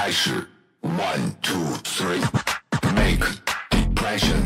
开始 ，One Two Three，Make Depression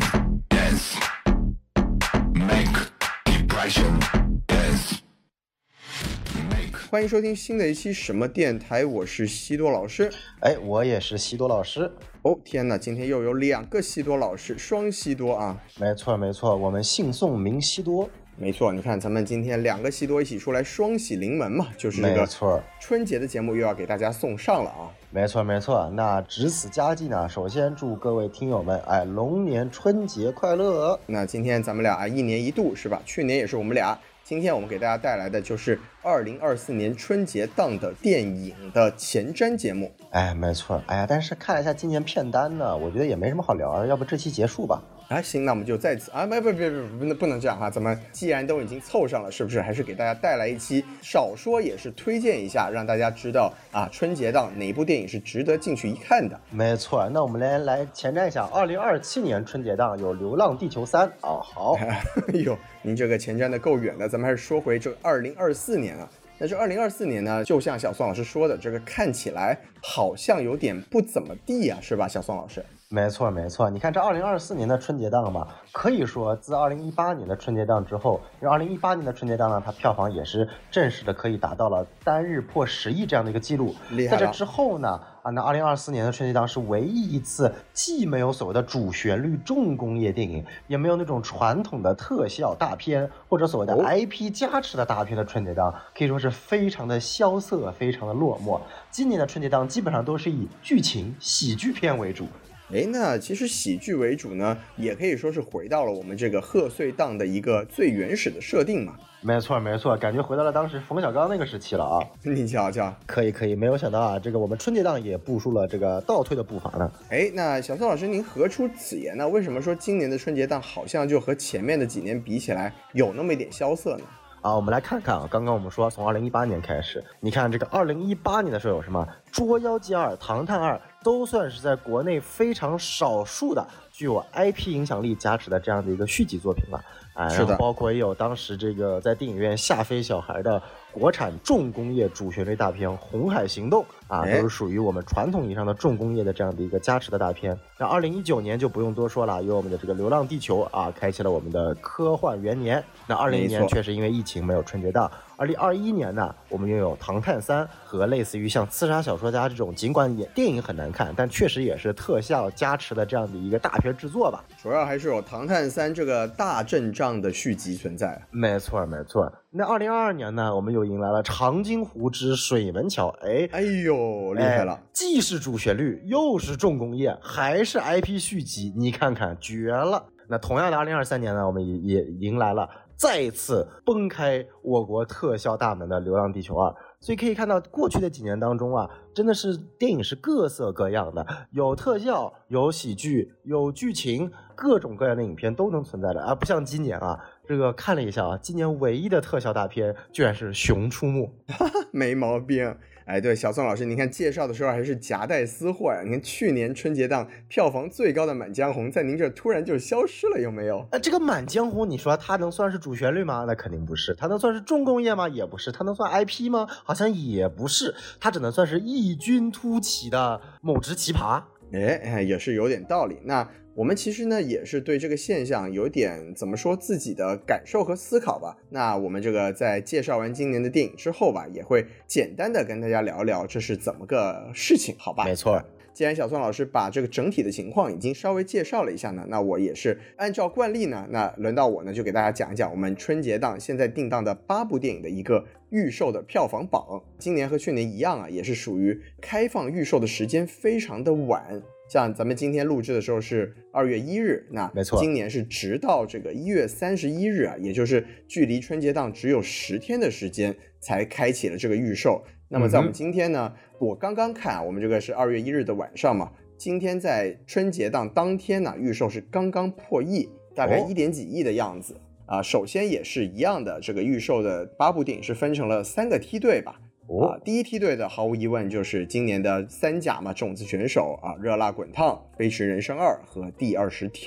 Dance，Make Depression Dance。 欢迎收听新的一期什么电台，我是西多老师。 哎，我也是西多老师。 哦，天哪，今天又有2个西多老师，双西多啊！ 没错没错，我们姓宋名西多。 没错，你看咱们今天2个西多一起出来双喜临门嘛，就是这个春节的节目又要给大家送上了啊！ 没错没错，那值此佳绩呢，首先祝各位听友们龙年春节快乐。 那今天咱们俩一年一度是吧？去年也是我们俩。今天我们给大家带来的就是2024年春节档的电影的前瞻节目。 没错。但是看了一下今年片单呢，我觉得也没什么好聊的，要不这期结束吧？ 行，那我们就在此不能这样哈，咱们既然都已经凑上了，是不是还是给大家带来一期，少说也是推荐一下，让大家知道春节档哪部电影是值得进去一看的。 没错，那我们来前瞻一下2027年春节档有《流浪地球3》好。 哎呦，您这个前瞻的够远的，咱们还是说回这个2024年啊。那这2024年呢，就像小宋老师说的，这个看起来好像有点不怎么地啊，是吧，小宋老师？ 没错没错，你看这2024年的春节档嘛，可以说自2018年的春节档之后，因为2018年的春节档呢，它票房也是正式的可以达到了单日破10亿这样的一个记录。 厉害了。 在这之后呢，那2024年的春节档是唯一一次既没有所谓的主旋律重工业电影，也没有那种传统的特效大片或者所谓的 IP 加持的大片的春节档，可以说是非常的萧瑟，非常的落寞。今年的春节档基本上都是以剧情喜剧片为主。 那其实喜剧为主呢，也可以说是回到了我们这个贺岁档的一个最原始的设定嘛。 没错没错，感觉回到了当时冯小刚那个时期了啊！ 你瞧瞧， 可以，没有想到这个我们春节档也步入了这个倒退的步伐呢。 那小宋老师，您何出此言呢？为什么说今年的春节档好像就和前面的几年比起来有那么一点萧瑟呢？ 我们来看看刚刚我们说从2018年开始，你看这个2018年的时候有什么《捉妖记2》《唐探2》，都算是在国内非常少数的具有 IP 影响力加持的这样的一个续集作品了。 是的， 包括也有当时这个在电影院吓飞小孩的国产重工业主旋律大片《红海行动》都是属于我们传统意义上的重工业的这样的一个加持的大片。那2019年就不用多说了，有我们的这个《流浪地球》开启了我们的科幻元年。那20年确实因为疫情没有春节档。2021年呢，我们拥有《唐探3》和类似于像《刺杀小说家》这种，尽管电影很难看，但确实也是特效加持的这样的一个大片制作吧。 主要还是有《唐探3》这个大阵仗的续集存在。 没错。那2022年呢，我们又迎来了《长津湖之水门桥》。 哎呦，厉害了！ 既是主旋律，又是重工业，还是 IP 续集，你看看，绝了！那同样的2023年呢，我们也迎来了再次崩开我国特效大门的《流浪地球2》。所以可以看到过去的几年当中真的是电影是各色各样的，有特效，有喜剧，有剧情，各种各样的影片都能存在的不像今年这个看了一下今年唯一的特效大片居然是《熊出没》。 没毛病。对，小宋老师，您看介绍的时候还是夹带私货呀。你看去年春节档票房最高的《满江红》在您这突然就消失了，有没有？ 这个《满江红》你说它能算是主旋律吗？那肯定不是。它能算是重工业吗？也不是。它能算 IP 吗？好像也不是。它只能算是异军突起的某只奇葩。 也是有点道理。那我们其实呢也是对这个现象有点怎么说自己的感受和思考吧。那我们这个在介绍完今年的电影之后吧，也会简单的跟大家聊聊这是怎么个事情，好吧？ 没错。 既然小宋老师把这个整体的情况已经稍微介绍了一下呢，那我也是按照惯例呢，那轮到我呢就给大家讲一讲我们春节档现在定档的8部电影的一个预售的票房榜。今年和去年一样也是属于开放预售的时间非常的晚。像咱们今天录制的时候是2月1日，那没错， 今年是直到这个1月31日也就是距离春节档只有10天的时间才开启了这个预售。那么在我们今天呢，我刚刚看我们这个是2月1日的晚上嘛，今天在春节档当天呢，预售是刚刚破亿，大概1点几亿的样子首先也是一样的，这个预售的8部电影是分成了3个梯队吧。第一梯队的毫无疑问就是今年的3甲嘛，种子选手热辣滚烫、飞驰人生2和第20条。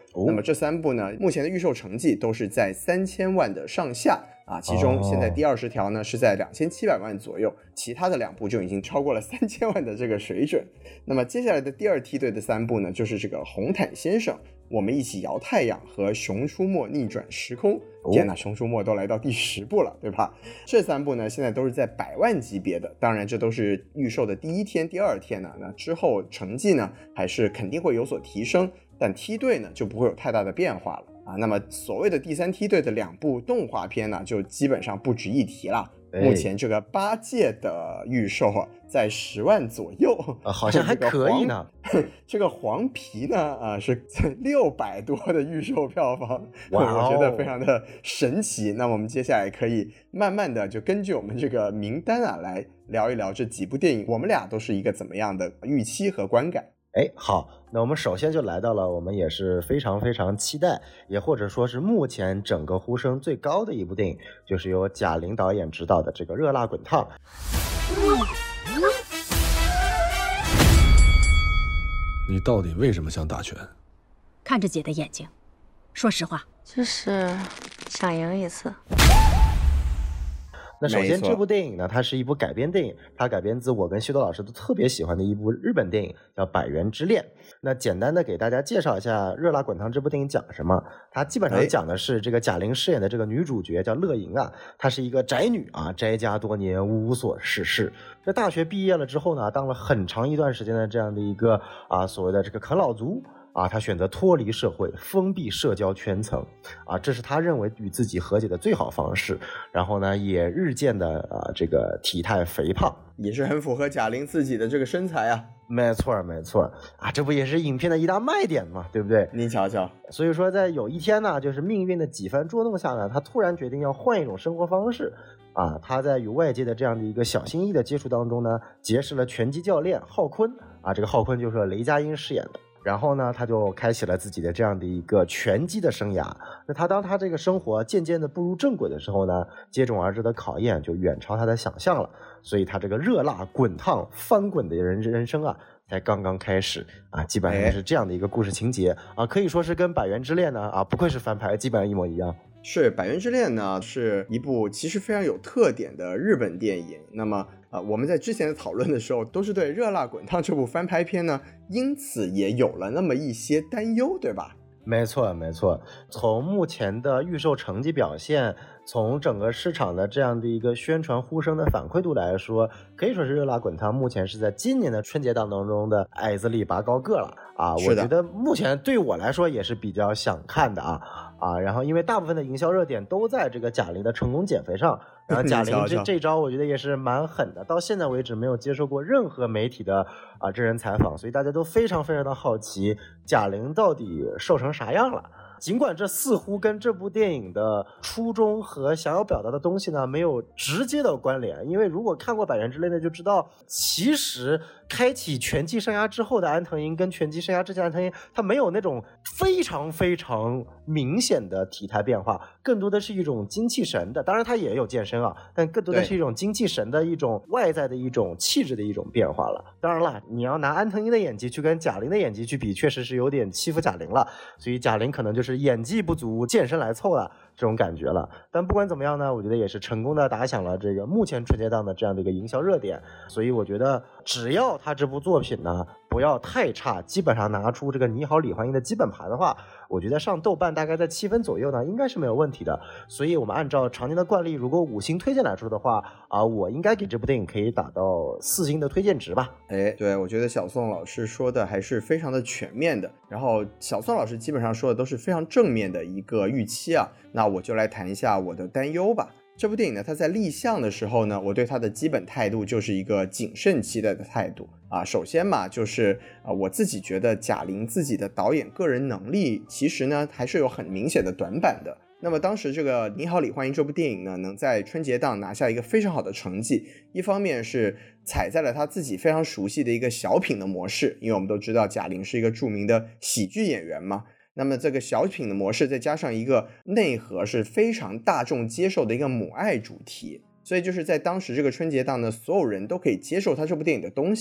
那么这3部呢，目前的预售成绩都是在3000万的上下啊，其中现在第20条呢是在2700万左右，其他的2部就已经超过了3000万的这个水准。那么接下来的第2梯队的3部呢，就是这个红毯先生、我们一起摇太阳和熊出没逆转时空。天哪，熊出没都来到第10部了，对吧？这3部呢，现在都是在100万级别的，当然这都是预售的第1天、第2天呢，那之后成绩呢还是肯定会有所提升，但梯队呢就不会有太大的变化了啊。那么所谓的第3梯队的2部动画片呢，就基本上不值一提了。目前这个8届的预售在10万左右， 好像还可以呢。 这个黄皮呢是600多的预售票房，我觉得非常的神奇。那么我们接下来可以慢慢的就根据我们这个名单来聊一聊这几部电影，我们俩都是一个怎么样的预期和观感。 好，那我们首先就来到了我们也是非常非常期待，也或者说是目前整个呼声最高的一部电影，就是由贾玲导演执导的这个《热辣滚烫》。 你到底为什么想打拳？ 看着姐的眼睛，说实话， 就是想赢一次。 那首先这部电影呢，它是一部改编电影，它改编自我跟西多老师都特别喜欢的一部日本电影，叫《百元之恋》。那简单的给大家介绍一下《热辣滚烫》这部电影讲什么。它基本上讲的是这个贾玲饰演的这个女主角叫乐莹啊，她是一个宅女啊，宅家多年，无所事事。这大学毕业了之后呢，当了很长一段时间的这样的一个所谓的这个啃老族。他选择脱离社会，封闭社交圈层这是他认为与自己和解的最好方式。然后呢，也日渐的这个体态肥胖， 也是很符合贾玲自己的这个身材啊。 没错没错这不也是影片的一大卖点嘛，对不对？ 你瞧瞧。 所以说在有一天呢，就是命运的几番捉弄下呢，他突然决定要换一种生活方式他在与外界的这样的一个小心翼翼的接触当中呢，结识了拳击教练浩坤这个浩坤就是雷佳音饰演的。然后呢，他就开启了自己的这样的一个拳击的生涯。那当他这个生活渐渐的步入正轨的时候呢，接踵而至的考验就远超他的想象了。所以他这个热辣滚烫翻滚的人生才刚刚开始基本上是这样的一个故事情节可以说是跟《百元之恋》呢不愧是翻拍，基本上一模一样。 是《百元之恋》呢，是一部其实非常有特点的日本电影。那么我们在之前的讨论的时候，都是对《热辣滚烫》这部翻拍片呢，因此也有了那么一些担忧，对吧？ 没错没错，从目前的预售成绩表现，从整个市场的这样的一个宣传呼声的反馈度来说，可以说是《热辣滚烫》目前是在今年的春节档当中的矮子里拔高个了我觉得目前对我来说也是比较想看的然后因为大部分的营销热点都在这个贾玲的成功减肥上，然后贾玲这招我觉得也是蛮狠的，到现在为止没有接受过任何媒体的真人采访，所以大家都非常非常的好奇贾玲到底瘦成啥样了。尽管这似乎跟这部电影的初衷和想要表达的东西呢没有直接的关联，因为如果看过《百元之恋》的就知道，其实开启拳击生涯之后的安藤樱跟拳击生涯之前安藤樱，他没有那种非常非常明显的体态变化，更多的是一种精气神的，当然他也有健身但更多的是一种精气神的一种外在的一种气质的一种变化了。当然了，你要拿安藤樱的演技去跟贾玲的演技去比，确实是有点欺负贾玲了，所以贾玲可能就是演技不足，健身来凑了这种感觉了。但不管怎么样呢，我觉得也是成功的打响了这个目前春节档的这样的一个营销热点。所以我觉得只要他这部作品呢不要太差，基本上拿出这个你好李焕英的基本盘的话，我觉得上豆瓣大概在7分左右呢应该是没有问题的。所以我们按照常年的惯例，如果5星推荐来说的话我应该给这部电影可以打到4星的推荐值吧。 对，我觉得小宋老师说的还是非常的全面的，然后小宋老师基本上说的都是非常正面的一个预期那我就来谈一下我的担忧吧。这部电影呢，它在立项的时候呢，我对它的基本态度就是一个谨慎期待的态度首先嘛，就是我自己觉得贾玲自己的导演个人能力其实呢还是有很明显的短板的。那么当时这个《你好李焕英》这部电影呢，能在春节档拿下一个非常好的成绩，一方面是踩在了他自己非常熟悉的一个小品的模式，因为我们都知道贾玲是一个著名的喜剧演员嘛。那么这个小品的模式再加上一个内核是非常大众接受的一个母爱主题，所以就是在当时这个春节档呢，所有人都可以接受他这部电影的东西。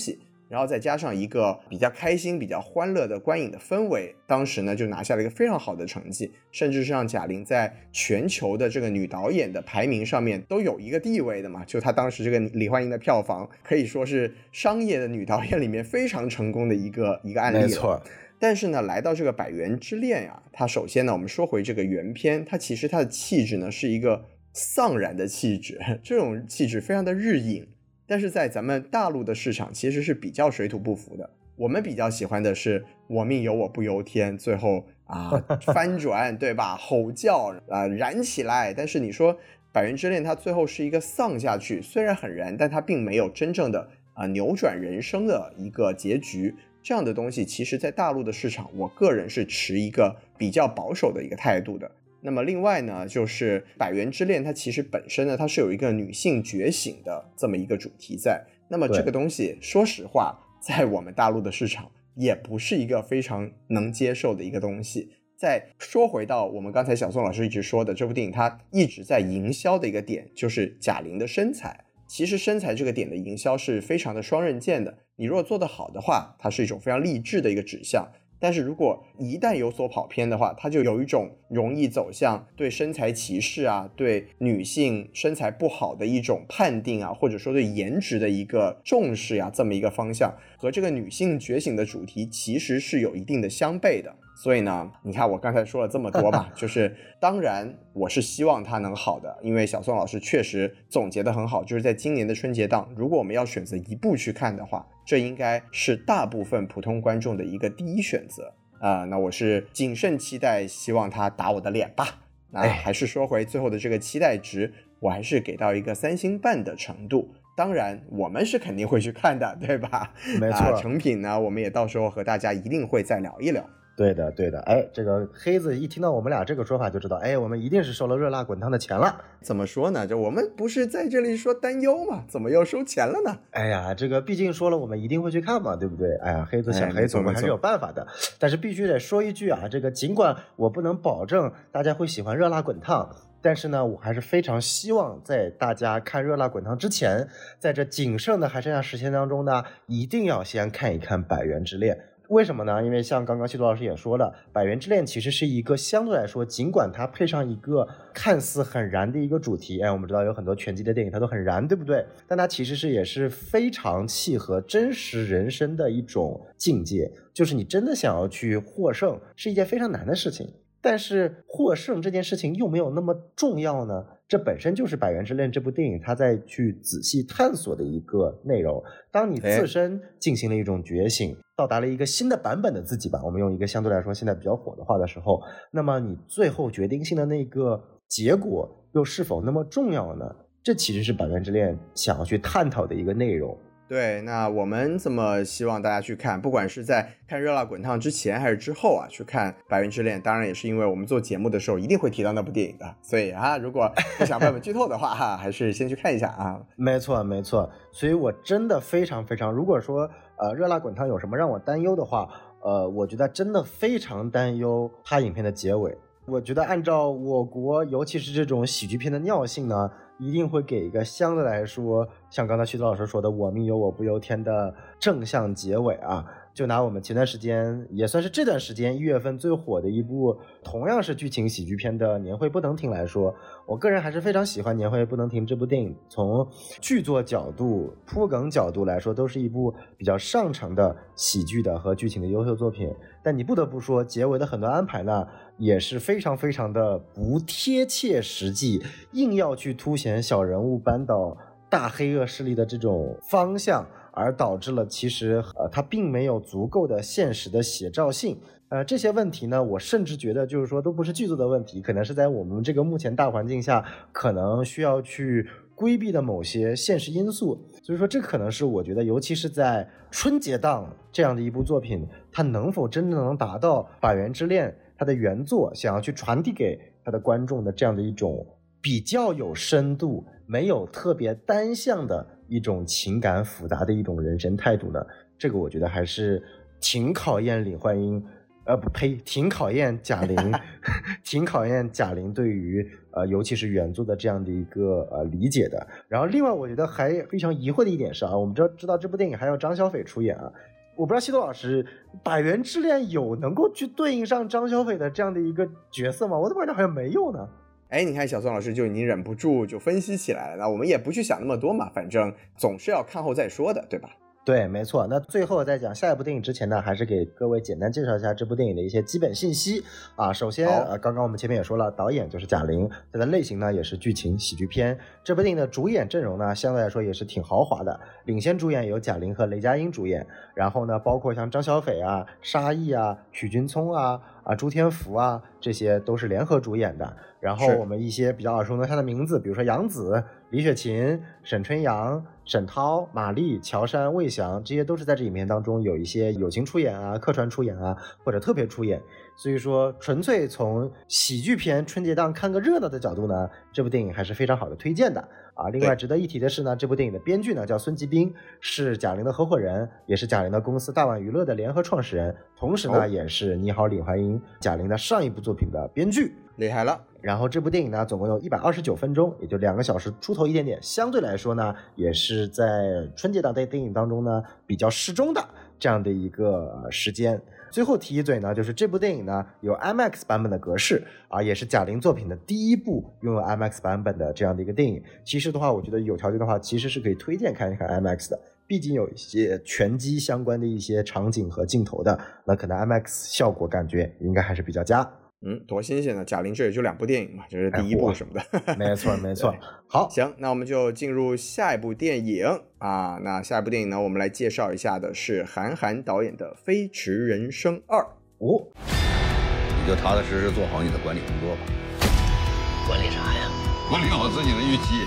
然后再加上一个比较开心比较欢乐的观影的氛围，当时呢就拿下了一个非常好的成绩，甚至是让贾玲在全球的这个女导演的排名上面都有一个地位的嘛。就她当时这个李焕英的票房可以说是商业的女导演里面非常成功的一个案例了。 没错。 但是呢，来到这个《百元之恋》啊，它首先呢，我们说回这个原片，它其实它的气质呢是一个丧然的气质，这种气质非常的日影，但是在咱们大陆的市场其实是比较水土不服的。我们比较喜欢的是我命由我不由天，最后翻转，对吧？吼叫燃起来。但是你说《百元之恋》它最后是一个丧下去，虽然很燃，但它并没有真正的扭转人生的一个结局。这样的东西其实在大陆的市场，我个人是持一个比较保守的一个态度的。那么另外呢，就是《百元之恋》它其实本身呢，它是有一个女性觉醒的这么一个主题在。那么这个东西说实话，在我们大陆的市场也不是一个非常能接受的一个东西。再说回到我们刚才小宋老师一直说的，这部电影它一直在营销的一个点，就是贾玲的身材。其实身材这个点的营销是非常的双刃剑的，你如果做得好的话，它是一种非常励志的一个指向，但是如果一旦有所跑偏的话，它就有一种容易走向对身材歧视啊，对女性身材不好的一种判定啊，或者说对颜值的一个重视啊，这么一个方向，和这个女性觉醒的主题其实是有一定的相悖的。所以呢，你看我刚才说了这么多嘛，就是当然我是希望它能好的，因为小宋老师确实总结得很好，就是在今年的春节档，如果我们要选择一部去看的话，这应该是大部分普通观众的一个第一选择那我是谨慎期待，希望它打我的脸吧。那还是说回最后的这个期待值，我还是给到一个3星半的程度。当然我们是肯定会去看的，对吧？ 没错。 成品呢，我们也到时候和大家一定会再聊一聊。 对的对的，这个黑子一听到我们俩这个说法就知道，我们一定是收了热辣滚烫的钱了。 怎么说呢，就我们不是在这里说担忧嘛，怎么又收钱了呢？ 这个毕竟说了我们一定会去看嘛，对不对？黑子想黑子我们还是有办法的，但是必须得说一句这个尽管我不能保证大家会喜欢热辣滚烫，但是呢，我还是非常希望在大家看热辣滚烫之前，在这仅剩的还剩下10天当中呢，一定要先看一看《百元之恋》。为什么呢？因为像刚刚西多老师也说了，《百元之恋》其实是一个相对来说，尽管它配上一个看似很燃的一个主题，我们知道有很多拳击的电影它都很燃，对不对？但它其实也是非常契合真实人生的一种境界，就是你真的想要去获胜是一件非常难的事情，但是获胜这件事情又没有那么重要呢？这本身就是《百元之恋》这部电影它在去仔细探索的一个内容。当你自身进行了一种觉醒，到达了一个新的版本的自己吧，我们用一个相对来说现在比较火的话的时候，那么你最后决定性的那个结果又是否那么重要呢？这其实是《百元之恋》想要去探讨的一个内容。 对，那我们这么希望大家去看，不管是在看热辣滚烫之前还是之后去看《百元之恋》，当然也是因为我们做节目的时候一定会提到那部电影的，所以如果不想被我们剧透的话还是先去看一下没错没错，所以我真的非常非常，如果说热辣滚烫有什么让我担忧的话，我觉得真的非常担忧它影片的结尾。我觉得按照我国尤其是这种喜剧片的尿性呢，一定会给一个相对来说像刚才徐子老师说的我命由我不由天的正向结尾就拿我们前段时间也算是这段时间1月份最火的一部同样是剧情喜剧片的《年会不能停》来说，我个人还是非常喜欢《年会不能停》这部电影，从剧作角度铺梗角度来说都是一部比较上乘的喜剧的和剧情的优秀作品。但你不得不说结尾的很多安排呢也是非常非常的不贴切实际，硬要去凸显小人物扳倒大黑恶势力的这种方向，而导致了其实它并没有足够的现实的写照性。这些问题呢，我甚至觉得就是说都不是剧组的问题，可能是在我们这个目前大环境下可能需要去规避的某些现实因素。所以说这可能是我觉得尤其是在春节档这样的一部作品，它能否真正能达到《百元之恋》它的原作想要去传递给它的观众的这样的一种比较有深度没有特别单向的一种情感复杂的一种人生态度呢？这个我觉得还是挺考验李焕英不呸，挺考验贾玲，挺考验贾玲对于尤其是原作的这样的一个理解的。然后另外我觉得还非常疑惑的一点是啊，我们知道这部电影还有张小斐出演啊，我不知道西多老师，百元之恋有能够去对应上张小斐的这样的一个角色吗？我怎么感觉好像没有呢？ 哎，你看小宋老师就已经忍不住就分析起来了，那我们也不去想那么多嘛，反正总是要看后再说的，对吧？ 对，没错。那最后在讲下一部电影之前呢，还是给各位简单介绍一下这部电影的一些基本信息啊。首先刚刚我们前面也说了，导演就是贾玲，它的类型呢也是剧情喜剧片。这部电影的主演阵容呢，相对来说也是挺豪华的，领衔主演有贾玲和雷佳音主演，然后呢，包括像张小斐啊、沙溢啊、许君聪啊、朱天福啊，这些都是联合主演的。然后我们一些比较耳熟能详的名字，比如说杨紫、李雪琴、沈春阳、沈涛、马丽、乔杉、魏翔，这些都是在这影片当中有一些友情出演啊、客串出演啊，或者特别出演。所以说，纯粹从喜剧片春节档看个热闹的角度呢，这部电影还是非常好的推荐的啊。另外值得一提的是呢，这部电影的编剧呢叫孙继兵，是贾玲的合伙人，也是贾玲的公司大碗娱乐的联合创始人，同时呢也是你好李焕英贾玲的上一部作品的编剧， 厉害了。 然后这部电影呢总共有129分钟，也就2个小时出头一点点，相对来说呢也是在春节档的电影当中呢比较适中的这样的一个时间。最后提一嘴呢，就是这部电影呢有 IMAX 版本的格式啊，也是贾玲作品的第一部拥有 IMAX 版本的这样的一个电影。其实的话，我觉得有条件的话，其实是可以推荐看一看 IMAX 的，毕竟有一些拳击相关的一些场景和镜头的，那可能 IMAX 效果感觉应该还是比较佳。 多新鲜呢！贾玲这也就2部电影嘛，这是第一部什么的。 没错没错。好， 行，那我们就进入下一部电影啊。那下一部电影呢，我们来介绍一下的是韩寒导演的《飞驰人生2》。 你就踏踏实实做好你的管理工作吧。 管理啥呀？ 管理好自己的预期。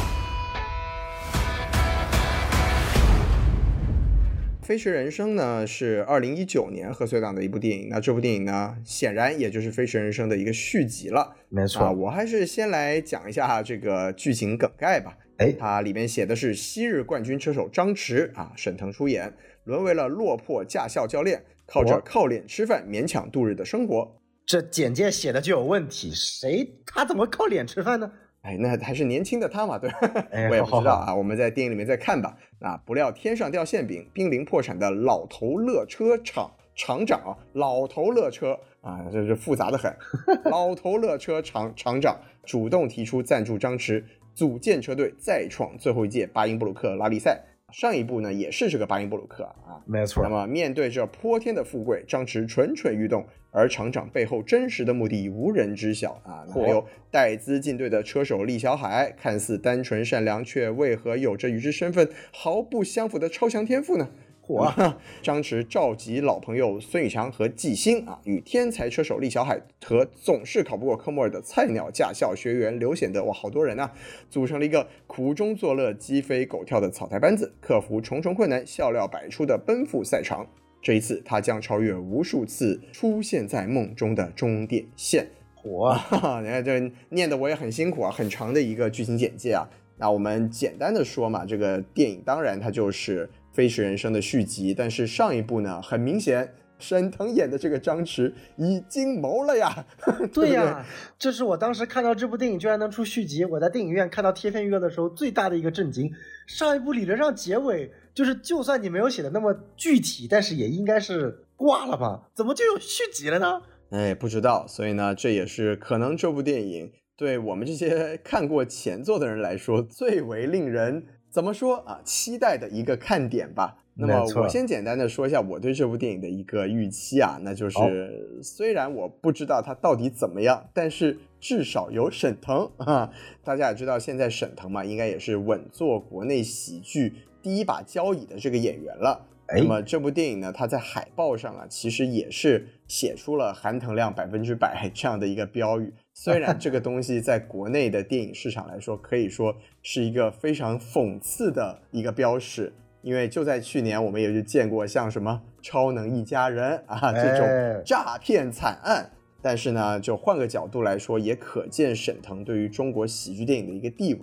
《飞驰人生》呢是2019年贺岁档的一部电影，那这部电影呢显然也就是《飞驰人生》的一个续集了。 没错， 我还是先来讲一下这个剧情梗概吧。它里面写的是昔日冠军车手张弛啊，沈腾出演，沦为了落魄驾校教练，靠着靠脸吃饭勉强度日的生活。 这简介写的就有问题，他怎么靠脸吃饭呢？ 那还是年轻的他嘛，对吧？我也不知道啊，我们在电影里面再看吧。不料天上掉馅饼，濒临破产的老头乐车厂长，老头乐车啊，这是复杂的很。老头乐车厂长主动提出赞助张弛，组建车队再创最后一届巴音布鲁克拉力赛。上一部呢也是这个巴音布鲁克啊， 没错。 那么面对这泼天的富贵，张弛蠢蠢欲动，而厂长背后真实的目的无人知晓啊。还有带资进队的车手厉小海，看似单纯善良，却为何有着与之身份毫不相符的超强天赋呢？张弛召集老朋友孙宇强和季星啊，与天才车手厉小海和总是考不过科目2的菜鸟驾校学员刘显德，哇，好多人啊，组成了一个苦中作乐、鸡飞狗跳的草台班子，克服重重困难，笑料百出的奔赴赛场。这一次，他将超越无数次出现在梦中的终点线。你看这念的我也很辛苦啊，很长的一个剧情简介啊。那我们简单的说嘛，这个电影当然它就是《飞驰人生》的续集，但是上一部呢，很明显沈腾演的这个张弛已经谋了呀。 对呀，这是我当时看到这部电影居然能出续集，我在电影院看到贴片预告的时候最大的一个震惊。上一部理论上结尾就是就算你没有写的那么具体，但是也应该是挂了吧，怎么就有续集了呢？ 不知道，所以呢，这也是可能这部电影对我们这些看过前作的人来说最为令人怎么说啊期待的一个点吧。那么我先简单的说一下我对这部电影的一个预期啊，那就是虽然我不知道它到底怎么样，但是至少有沈腾啊。大家也知道现在沈腾嘛，应该也是稳坐国内喜剧第一把交椅的这个演员了。那么这部电影呢，它在海报上啊，其实也是写出了含腾量100%这样的一个标语。虽然这个东西在国内的电影市场来说，可以说是一个非常讽刺的一个标识，因为就在去年我们也就见过像什么超能一家人啊这种诈骗惨案。但是呢，就换个角度来说，也可见沈腾对于中国喜剧电影的一个地位。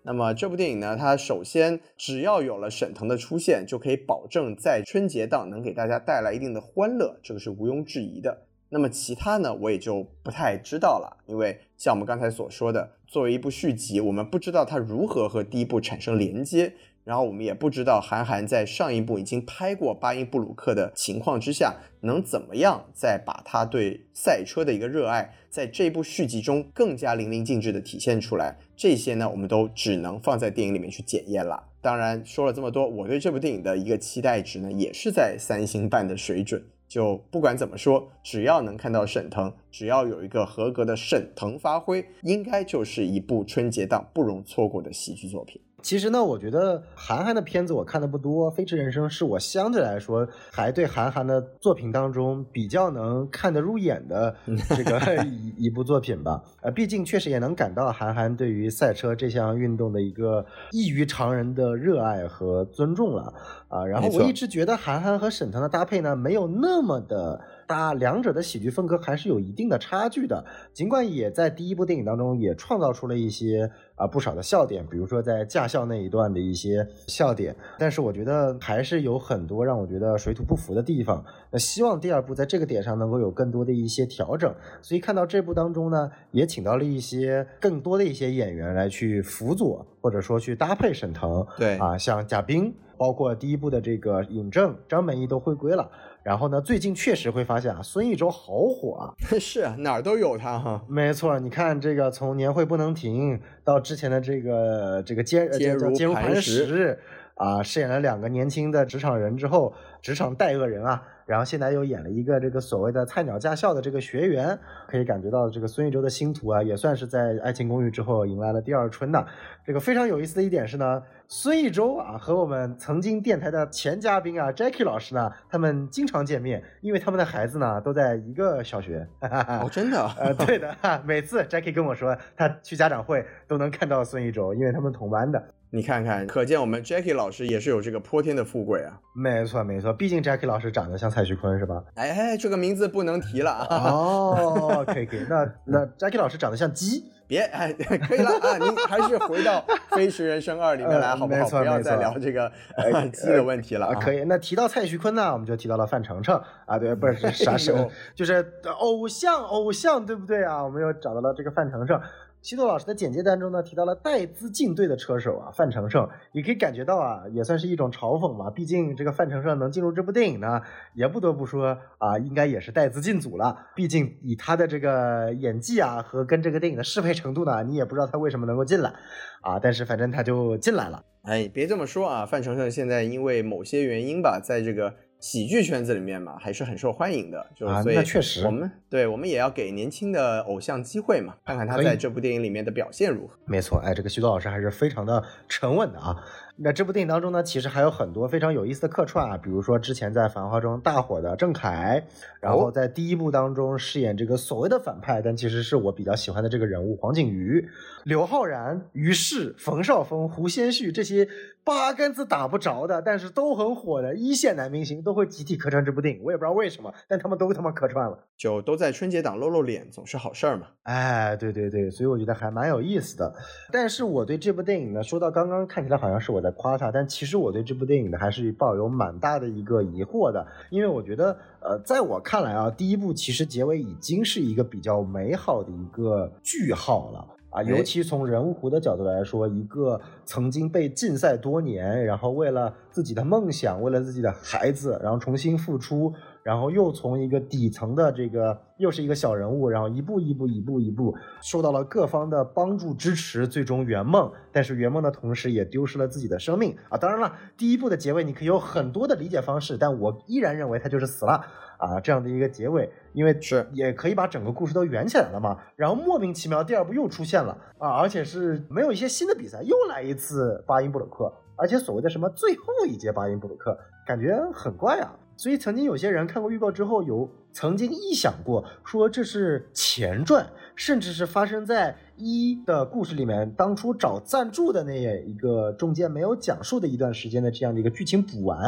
那么这部电影呢，它首先只要有了沈腾的出现，就可以保证在春节档能给大家带来一定的欢乐，这个是毋庸置疑的。那么其他呢，我也就不太知道了，因为像我们刚才所说的，作为一部续集，我们不知道它如何和第一部产生连接，然后我们也不知道韩寒在上一部已经拍过巴音布鲁克的情况之下，能怎么样再把他对赛车的一个热爱，在这部续集中更加淋漓尽致的体现出来。这些呢，我们都只能放在电影里面去检验了。当然说了这么多，我对这部电影的一个期待值呢，也是在3星半的水准。就不管怎么说，只要能看到沈腾，只要有一个合格的沈腾发挥，应该就是一部春节档不容错过的喜剧作品。 其实呢，我觉得韩寒的片子我看的不多，《飞驰人生》是我相对来说还对韩寒的作品当中比较能看得入眼的这个一部作品吧。毕竟确实也能感到韩寒对于赛车这项运动的一个异于常人的热爱和尊重了啊。然后我一直觉得韩寒和沈腾的搭配呢，没有那么的搭，两者的喜剧风格还是有一定的差距的。尽管也在第一部电影当中也创造出了一些不少的笑点，比如说在驾校那一段的一些笑点，但是我觉得还是有很多让我觉得水土不服的地方。那希望第二部在这个点上能够有更多的一些调整。所以看到这部当中呢，也请到了一些更多的一些演员来去辅佐或者说去搭配沈腾。 对啊， 像贾冰，包括第一部的这个尹正、张本煜都回归了。然后呢，最近确实会发现孙艺洲好火啊。 是啊，哪儿都有他哈。 没错，你看这个从年会不能停到之前的这个坚如磐石啊，饰演了2个年轻的职场人之后，职场带恶人啊，然后现在又演了一个这个所谓的菜鸟驾校的这个学员，可以感觉到这个孙艺洲的星途啊，也算是在《爱情公寓》之后迎来了第2春的。这个非常有意思的一点是呢，孙艺洲啊和我们曾经电台的前嘉宾啊 Jackie 老师呢，他们经常见面，因为他们的孩子呢都在一个小学。 哦，真的？ 对的，每次 Jackie 跟我说他去家长会都能看到孙艺洲，因为他们同班的。 你看看，可见我们 Jackie 老师也是有这个颇天的富贵啊。 没错没错，毕竟 Jackie 老师长得像蔡徐坤是吧？ 哎，这个名字不能提了啊。 哦，可以，那 Jackie 不像像鸡？ 别，可以了啊！您还是回到《飞驰人生2》里面来好不好？不要再聊这个鸡的问题了啊。 可以，那提到蔡徐坤呢，我们就提到了范丞丞啊，对，不是啥时候，就是偶像，对不对啊？我们又找到了这个范丞丞。西多老师的简介当中呢，提到了带资进队的车手啊，范丞丞，也可以感觉到啊，也算是一种嘲讽嘛。毕竟这个范丞丞能进入这部电影呢，也不得不说啊，应该也是带资进组了。毕竟以他的这个演技啊，和跟这个电影的适配程度呢，你也不知道他为什么能够进来啊，但是反正他就进来了。 哎，别这么说啊，范丞丞现在因为某些原因吧，在这个喜剧圈子里面嘛，还是很受欢迎的，所以那确实， 我们也要给年轻的偶像机会嘛，看看他在这部电影里面的表现如何。 没错，哎，这个徐多老师还是非常的沉稳的啊。那这部电影当中呢，其实还有很多非常有意思的客串啊，比如说之前在《繁花》中大火的郑恺，然后在第一部当中饰演这个所谓的反派，但其实是我比较喜欢的这个人物黄景瑜、刘昊然、于适、冯绍峰、胡先煦这些八竿子打不着的，但是都很火的一线男明星都会集体客串这部电影，我也不知道为什么，但他们都他妈客串了， 就都在春节档露脸，总是好事儿嘛。 哎，对，所以我觉得还蛮有意思的。但是我对这部电影呢，说到刚刚看起来好像是我在夸他，但其实我对这部电影呢还是抱有蛮大的一个疑惑的，因为我觉得在我看来啊，第一部其实结尾已经是一个比较美好的一个句号了。啊，尤其从人物弧的角度来说，一个曾经被禁赛多年，然后为了自己的梦想，为了自己的孩子，然后重新复出，然后又从一个底层的这个又是一个小人物，然后一步受到了各方的帮助支持，最终圆梦，但是圆梦的同时也丢失了自己的生命啊。当然了，第一部的结尾你可以有很多的理解方式，但我依然认为他就是死了啊，这样的一个结尾，因为是也可以把整个故事都圆起来了嘛。然后莫名其妙第二部又出现了啊，而且是没有一些新的比赛，又来一次巴音布鲁克，而且所谓的什么最后一节巴音布鲁克，感觉很怪啊。所以曾经有些人看过预告之后，有曾经臆想过说这是前传，甚至是发生在一的故事里面当初找赞助的那一个中间没有讲述的一段时间的这样的一个剧情补完。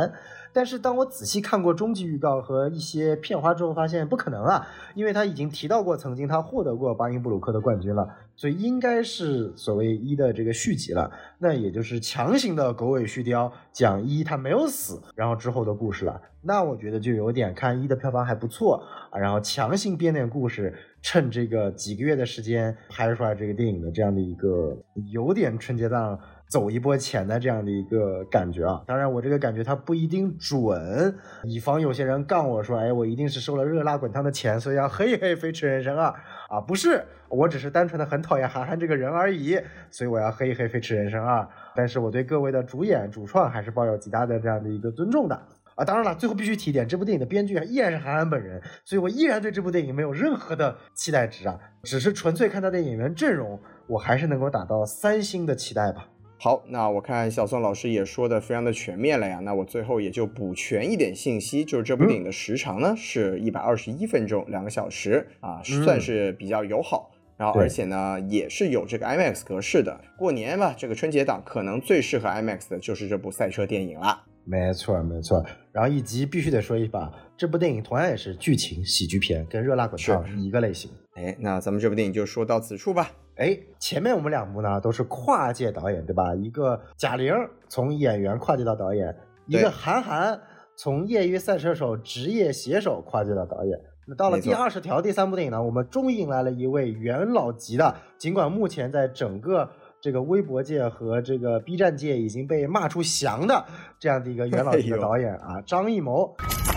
但是当我仔细看过终极预告和一些片花之后，发现不可能啊，因为他已经提到过曾经他获得过巴音布鲁克的冠军了，所以应该是所谓一的这个续集了，那也就是强行的狗尾续貂，讲一他没有死，然后之后的故事了。那我觉得就有点看一的票房还不错啊，然后强行编点故事，趁这个几个月的时间拍出来这个电影的这样的一个有点春节档走一波钱的这样的一个感觉啊。当然我这个感觉它不一定准，以防有些人杠我说，哎，我一定是收了热辣滚烫的钱，所以要黑一黑飞驰人生啊，不是，我只是单纯的很讨厌韩寒这个人而已，所以我要黑一黑飞驰人生啊。但是我对各位的主演主创还是抱有极大的这样的一个尊重的啊。当然了，最后必须提一点，这部电影的编剧依然是韩寒本人，所以我依然对这部电影没有任何的期待值啊，只是纯粹看他的演员阵容，我还是能够达到3星的期待吧。 好，那我看小宋老师也说的非常的全面了呀，那我最后也就补全一点信息，就是这部电影的时长呢是121分钟，2个小时啊，算是比较友好。然后而且呢也是有这个 IMAX 格式的，过年吧，这个春节档可能最适合 IMAX 的就是这部赛车电影了。 没错没错，然后以及必须得说一把，这部电影同样也是剧情喜剧片，跟热辣滚烫是一个类型。 那咱们这部电影就说到此处吧。 前面我们2部呢都是跨界导演，对吧？一个贾玲从演员跨界到导演，一个韩寒从业余赛车手职业写手跨界到导演。那到了第20条第3部电影呢，我们终于迎来了一位元老级的，尽管目前在整个这个微博界和这个 B 站界已经被骂出翔的这样的一个元老级的导演啊，张艺谋。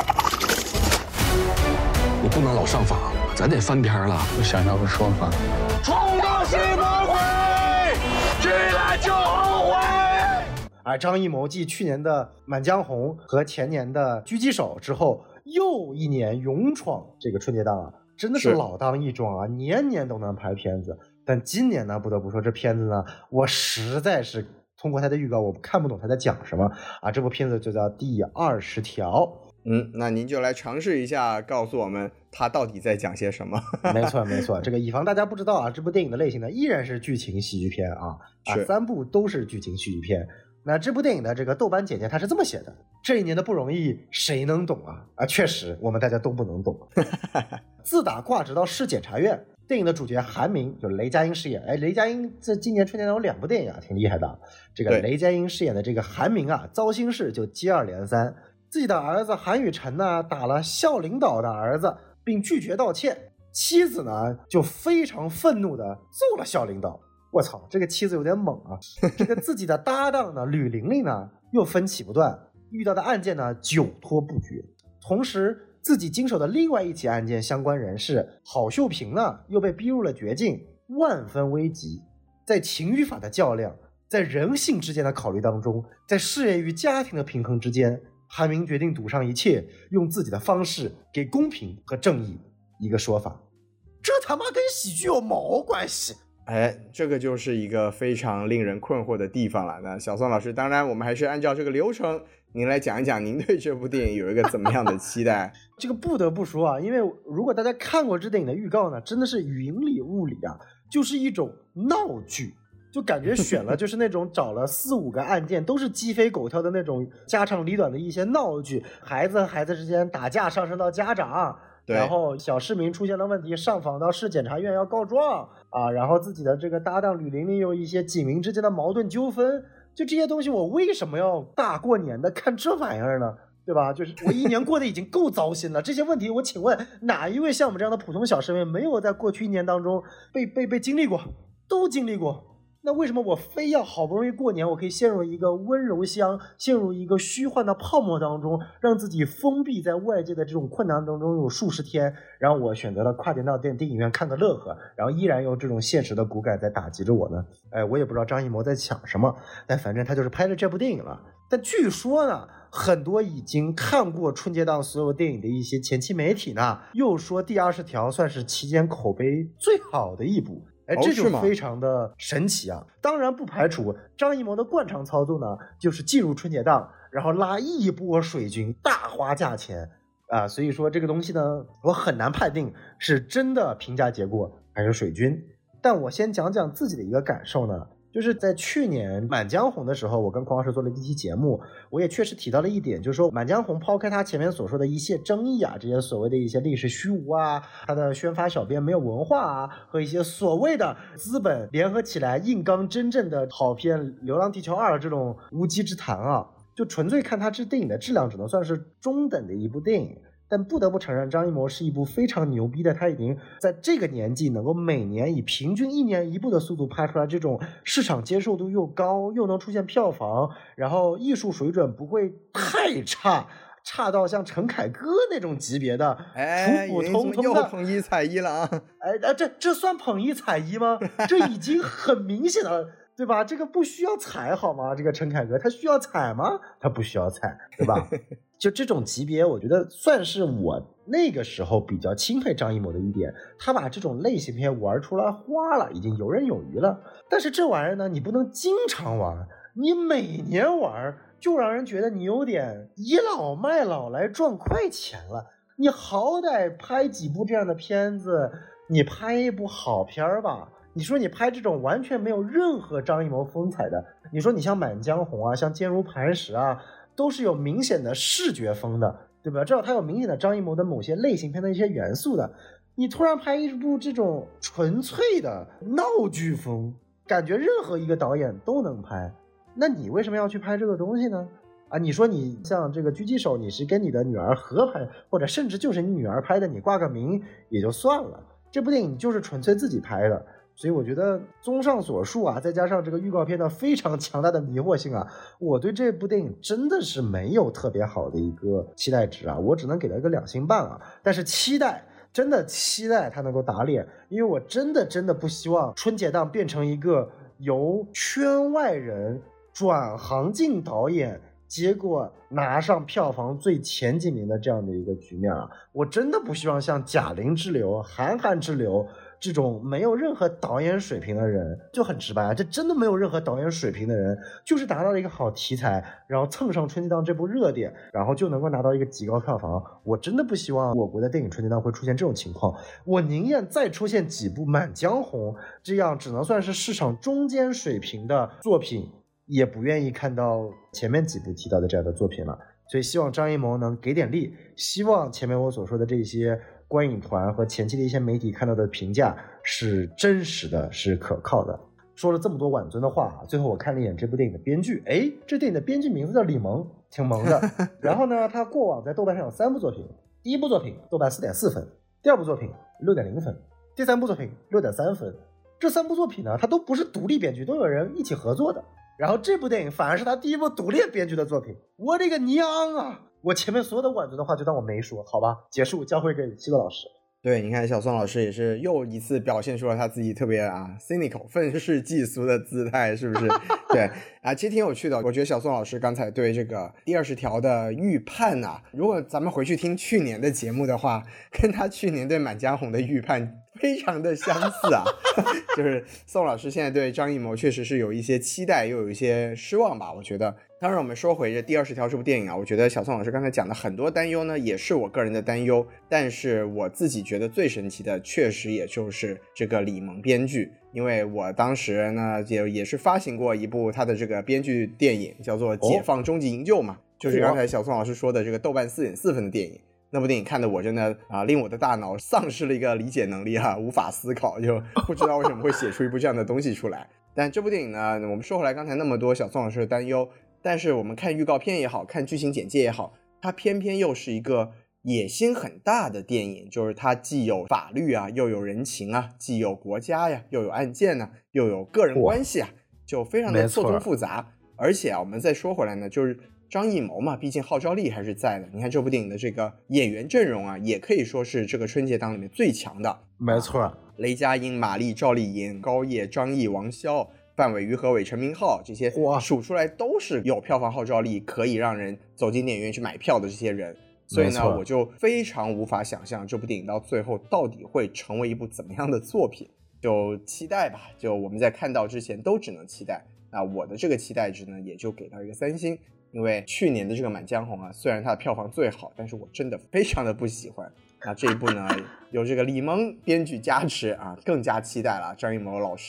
你不能老上访，咱得翻篇了。我想到个说法， 冲动是魔鬼，遇了就后悔。 张艺谋继去年的《满江红》和前年的《狙击手》之后，又一年勇闯这个春节档啊，真的是老当益壮啊，年年都能拍片子。但今年呢，不得不说这片子呢，我实在是通过他的预告，我看不懂他在讲什么啊。这部片子就叫《第20条》。 那您就来尝试一下，告诉我们他到底在讲些什么。 没错没错，这个以防大家不知道啊，这部电影的类型呢依然是剧情喜剧片啊，3部都是剧情喜剧片。那这部电影的这个豆瓣简介它是这么写的：这一年的不容易谁能懂啊？确实我们大家都不能懂。自打挂职到市检察院，电影的主角韩明就是雷佳音饰演，雷佳音这今年春节档有2部电影啊，挺厉害的。这个雷佳音饰演的这个韩明啊，糟心事就接二连三。自己的儿子韩雨晨呢打了校领导的儿子，并拒绝道歉，妻子呢就非常愤怒的揍了校领导。我操，这个妻子有点猛啊！这个自己的搭档呢吕玲玲呢又分歧不断，遇到的案件呢久拖不决。同时自己经手的另外一起案件相关人士郝秀萍呢又被逼入了绝境，万分危急。在情与法的较量，在人性之间的考虑当中，在事业与家庭的平衡之间，韩明决定赌上一切，用自己的方式给公平和正义一个说法。这他妈跟喜剧有毛关系？ 这个就是一个非常令人困惑的地方了。那小宋老师，当然我们还是按照这个流程，您来讲一讲您对这部电影有一个怎么样的期待？ 这个不得不说啊，因为如果大家看过这电影的预告呢，真的是云里雾里啊，就是一种闹剧。就感觉选了就是那种找了4-5个案件都是鸡飞狗跳的那种家长里短的一些闹剧，孩子和孩子之间打架上升到家长，然后小市民出现了问题上访到市检察院要告状啊，然后自己的这个搭档吕玲玲有一些警民之间的矛盾纠纷，就这些东西我为什么要大过年的看这玩意儿呢？对吧？就是我一年过得已经够糟心了，这些问题我请问哪一位像我们这样的普通小市民没有在过去1年当中被经历过，都经历过。那为什么我非要好不容易过年，我可以陷入一个温柔乡，陷入一个虚幻的泡沫当中，让自己封闭在外界的这种困难当中有数十天，然后我选择了跨年到电影院看个乐呵，然后依然用这种现实的骨感在打击着我呢？我也不知道张艺谋在想什么，但反正他就是拍了这部电影了。但据说呢，很多已经看过春节档所有电影的一些前期媒体呢，又说第20条算是期间口碑最好的一部。这就非常的神奇啊！当然不排除张艺谋的惯常操作呢，就是进入春节档，然后拉一波水军，大花价钱啊！所以说这个东西呢，我很难判定是真的评价结果还是水军。但我先讲讲自己的一个感受呢， 就是在去年《满江红》的时候，我跟孔老师做了一期节目，我也确实提到了一点，就是说《满江红》抛开他前面所说的一些争议啊，这些所谓的一些历史虚无啊，他的宣发小编没有文化啊，和一些所谓的资本联合起来硬刚真正的好片《流浪地球2》这种无稽之谈啊，就纯粹看他这电影的质量，只能算是中等的一部电影。但不得不承认，张艺谋是一部非常牛逼的，他已经在这个年纪能够每年以平均1年1部的速度拍出来这种市场接受度又高，又能出现票房，然后艺术水准不会太差到像陈凯歌那种级别的普普通通的。 又捧一踩一了啊！ 这算捧一踩一吗？这已经很明显了。对吧？这个不需要踩好吗？这个陈凯歌他需要踩吗？他不需要踩，对吧？就这种级别，我觉得算是我那个时候比较钦佩张艺谋的一点，他把这种类型片玩出来花了，已经游刃有余了。但是这玩意儿呢，你不能经常玩，你每年玩就让人觉得你有点倚老卖老来赚快钱了。你好歹拍几部这样的片子，你拍一部好片儿吧。你说你拍这种完全没有任何张艺谋风采的，你说你像《满江红》啊，像《坚如磐石》啊，都是有明显的视觉风的，对吧？至少它有明显的张艺谋的某些类型片的一些元素的。你突然拍一部这种纯粹的闹剧风，感觉任何一个导演都能拍，那你为什么要去拍这个东西呢？啊，你说你像这个狙击手，你是跟你的女儿合拍，或者甚至就是你女儿拍的，你挂个名也就算了。这部电影就是纯粹自己拍的。所以我觉得综上所述啊，再加上这个预告片的非常强大的迷惑性啊，我对这部电影真的是没有特别好的一个期待值啊，我只能给它一个2星半啊。但是真的期待它能够打脸，因为我真的不希望春节档变成一个由圈外人转行进导演，结果拿上票房最前几名的这样的一个局面啊！我真的不希望像贾玲之流、韩之流这种没有任何导演水平的人，就很直白啊，这真的没有任何导演水平的人，就是拿到了一个好题材，然后蹭上春节档这部热点，然后就能够拿到一个极高票房。我真的不希望我国的电影春节档会出现这种情况，我宁愿再出现几部《满江红》这样只能算是市场中间水平的作品，也不愿意看到前面几部提到的这样的作品了。所以希望张艺谋能给点力，希望前面我所说的这些观影团和前期的一些媒体看到的评价是真实的，是可靠的。说了这么多挽尊的话，最后我看了一眼这部电影的编剧，这电影的编剧名字叫李萌，挺萌的。然后呢，他过往在豆瓣上有3部作品，第一部作品豆瓣 4.4 分，第二部作品 6.0 分，第三部作品 6.3 分。这3部作品呢，他都不是独立编剧，都有人一起合作的。然后这部电影反而是他第一部独立编剧的作品，我这个娘啊！我前面所有的挽尊的话就当我没说，好吧？结束，交回给西多老师。 对，你看小宋老师也是又一次表现出了他自己特别cynical 愤世嫉俗的姿态，是不是？对啊，其实挺有趣的。我觉得小宋老师刚才对这个第20条的预判啊，如果咱们回去听去年的节目的话，跟他去年对《满江红》的预判非常的相似啊。就是宋老师现在对张艺谋确实是有一些期待，又有一些失望吧，我觉得。当然我们说回这第20条这部电影啊，我觉得小宋老师刚才讲的很多担忧呢，也是我个人的担忧，但是我自己觉得最神奇的确实也就是这个李萌编剧，因为我当时呢也是发行过一部他的这个编剧电影，叫做《解放终极营救》嘛，就是刚才小宋老师说的这个豆瓣 4.4 分的电影。那部电影看的我真的令我的大脑丧失了一个理解能力无法思考，就不知道为什么会写出一部这样的东西出来。但这部电影呢，我们说回来刚才那么多小宋老师的担忧，但是我们看预告片也好，看剧情简介也好，它偏偏又是一个野心很大的电影，就是它既有法律啊，又有人情啊，既有国家呀，又有案件啊，又有个人关系啊，就非常的错综复杂。而且我们再说回来呢，就是张艺谋嘛，毕竟号召力还是在的。你看这部电影的这个演员阵容啊，也可以说是这个春节档里面最强的。 没错， 雷佳音、马丽、赵丽颖、高叶、张译、王骁、范伟、于和伟、陈明昊，这些数出来都是有票房号召力，可以让人走进电影院去买票的这些人。所以呢，我就非常无法想象这部电影到最后到底会成为一部怎么样的作品，就期待吧。就我们在看到之前都只能期待。那我的这个期待值呢，也就给到一个3星。因为去年的这个《满江红》啊，虽然它的票房最好，但是我真的非常的不喜欢。那这一部呢，有这个李萌编剧加持啊，更加期待了。张艺谋老师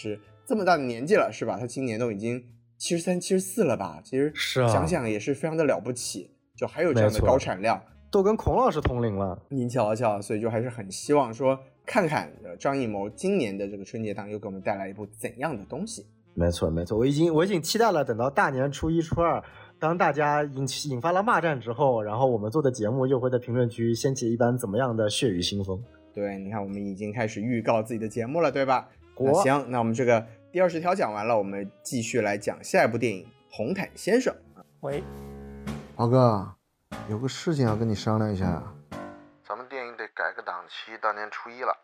这么大的年纪了，是吧？他今年都已经73、74了吧？其实想想也是非常的了不起，就还有这样的高产量， 都跟孔老师同龄了。 您瞧瞧，所以就还是很希望说看看张艺谋今年的这个春节档又给我们带来一部怎样的东西。 没错没错，我已经期待了，等到大年初一初二，当大家引发了骂战之后，然后我们做的节目又会在评论区掀起一般怎么样的血雨腥风。 对，你看我们已经开始预告自己的节目了，对吧？那行，那我们这个第20条讲完了，我们继续来讲下一部电影《红毯先生》。 喂， 豪哥，有个事情要跟你商量一下。 咱们电影得改个档期，大年初一了。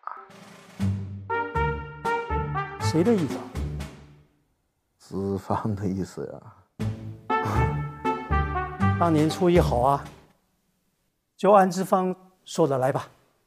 谁的意思啊？ 资方的意思呀。 大年初一好啊，就按资方说的来吧。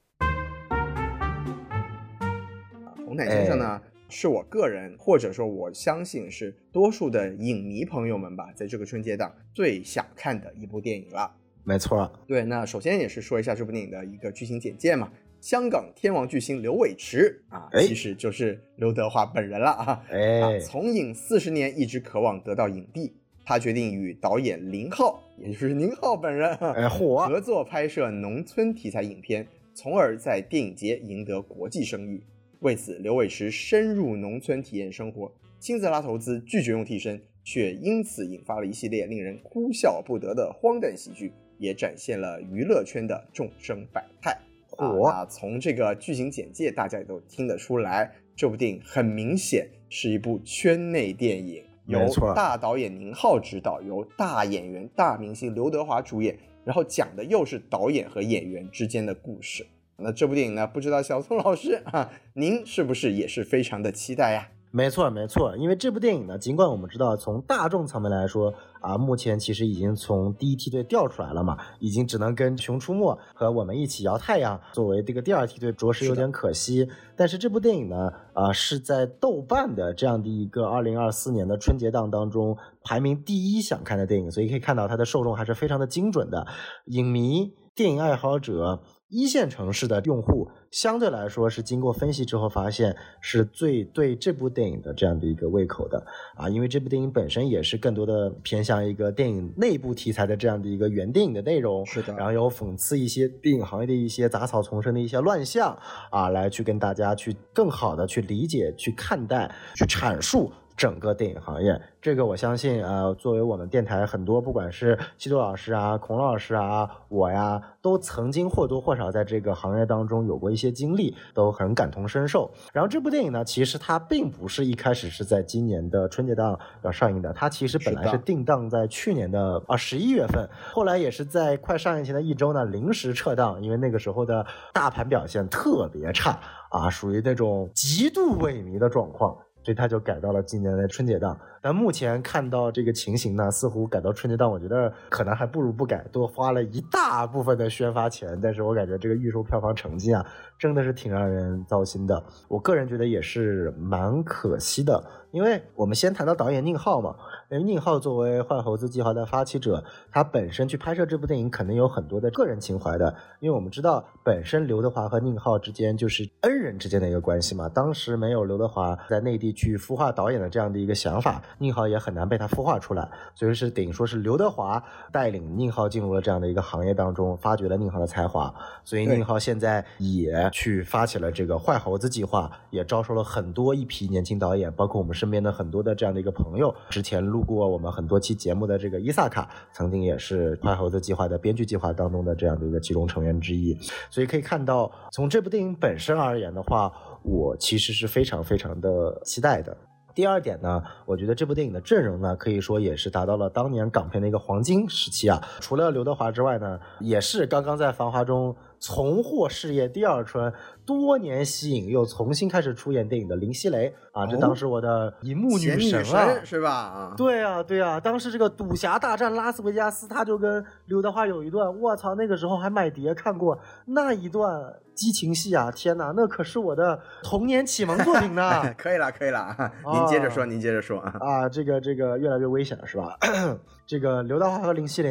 红毯先生呢，是我个人或者说我相信是多数的影迷朋友们吧，在这个春节档最想看的一部电影了。 没错， 对，那首先也是说一下这部电影的一个剧情简介嘛。香港天王巨星刘伟驰啊，其实就是刘德华本人了啊。从影40年一直渴望得到影帝，他决定与导演林浩，也就是宁浩本人合作拍摄农村题材影片，从而在电影节赢得国际声誉。为此，刘伟驰深入农村体验生活，亲自拉投资，拒绝用替身，却因此引发了一系列令人哭笑不得的荒诞喜剧，也展现了娱乐圈的众生百态。从这个剧情简介大家也都听得出来，这部电影很明显是一部圈内电影，由大导演宁浩执导，由大演员大明星刘德华主演，然后讲的又是导演和演员之间的故事。那这部电影呢，不知道小宋老师您是不是也是非常的期待呀？ 没错没错，因为这部电影呢，尽管我们知道从大众层面来说目前其实已经从第一梯队调出来了嘛，已经只能跟熊出没和我们一起摇太阳作为这个第2梯队，着实有点可惜。但是这部电影呢是在豆瓣的这样的一个2024年的春节档当中排名第1想看的电影，所以可以看到它的受众还是非常的精准的。影迷、电影爱好者、一线城市的用户相对来说是经过分析之后发现是最对这部电影的这样的一个胃口的因为这部电影本身也是更多的偏向一个电影内部题材的这样的一个原电影的内容， 是的， 然后有讽刺一些电影行业的一些杂草丛生的一些乱象来去跟大家去更好的去理解、去看待、去阐述整个电影行业。这个我相信作为我们电台很多不管是西多老师孔老师我呀，都曾经或多或少在这个行业当中有过一些经历，都很感同身受。然后这部电影呢，其实它并不是一开始是在今年的春节档要上映的，它其实本来是定档在去年的11月份，后来也是在快上映前的1周呢临时撤档，因为那个时候的大盘表现特别差属于那种极度萎靡的状况，所以他就改到了今年的春节档。但目前看到这个情形呢，似乎改到春节档，我觉得可能还不如不改，多花了一大部分的宣发钱，但是我感觉这个预售票房成绩真的是挺让人糟心的。我个人觉得也是蛮可惜的，因为我们先谈到导演宁浩嘛，因为宁浩作为坏猴子计划的发起者，他本身去拍摄这部电影肯定有很多的个人情怀的，因为我们知道本身刘德华和宁浩之间就是恩人之间的一个关系嘛，当时没有刘德华在内地去孵化导演的这样的一个想法，宁浩也很难被他孵化出来，所以是等于说是刘德华带领宁浩进入了这样的一个行业当中，发掘了宁浩的才华，所以宁浩现在也去发起了这个坏猴子计划，也招收了很多一批年轻导演，包括我们身边的很多的这样的一个朋友，之前录过我们很多期节目的这个伊萨卡，曾经也是坏猴子计划的编剧计划当中的这样的一个其中成员之一，所以可以看到从这部电影本身而言的话，我其实是非常非常的期待的。第二点呢，我觉得这部电影的阵容呢，可以说也是达到了当年港片的一个黄金时期除了刘德华之外呢，也是刚刚在《繁华》中重获事业第2春，多年息影又重新开始出演电影的林熙蕾这当时我的银幕女神是吧？ 对啊，当时这个赌侠大战拉斯维加斯，他就跟刘德华有一段，我操，那个时候还买碟看过那一段激情戏天哪，那可是我的童年启蒙作品呢。 可以了您接着说这个越来越危险了是吧？这个刘德华和林熙蕾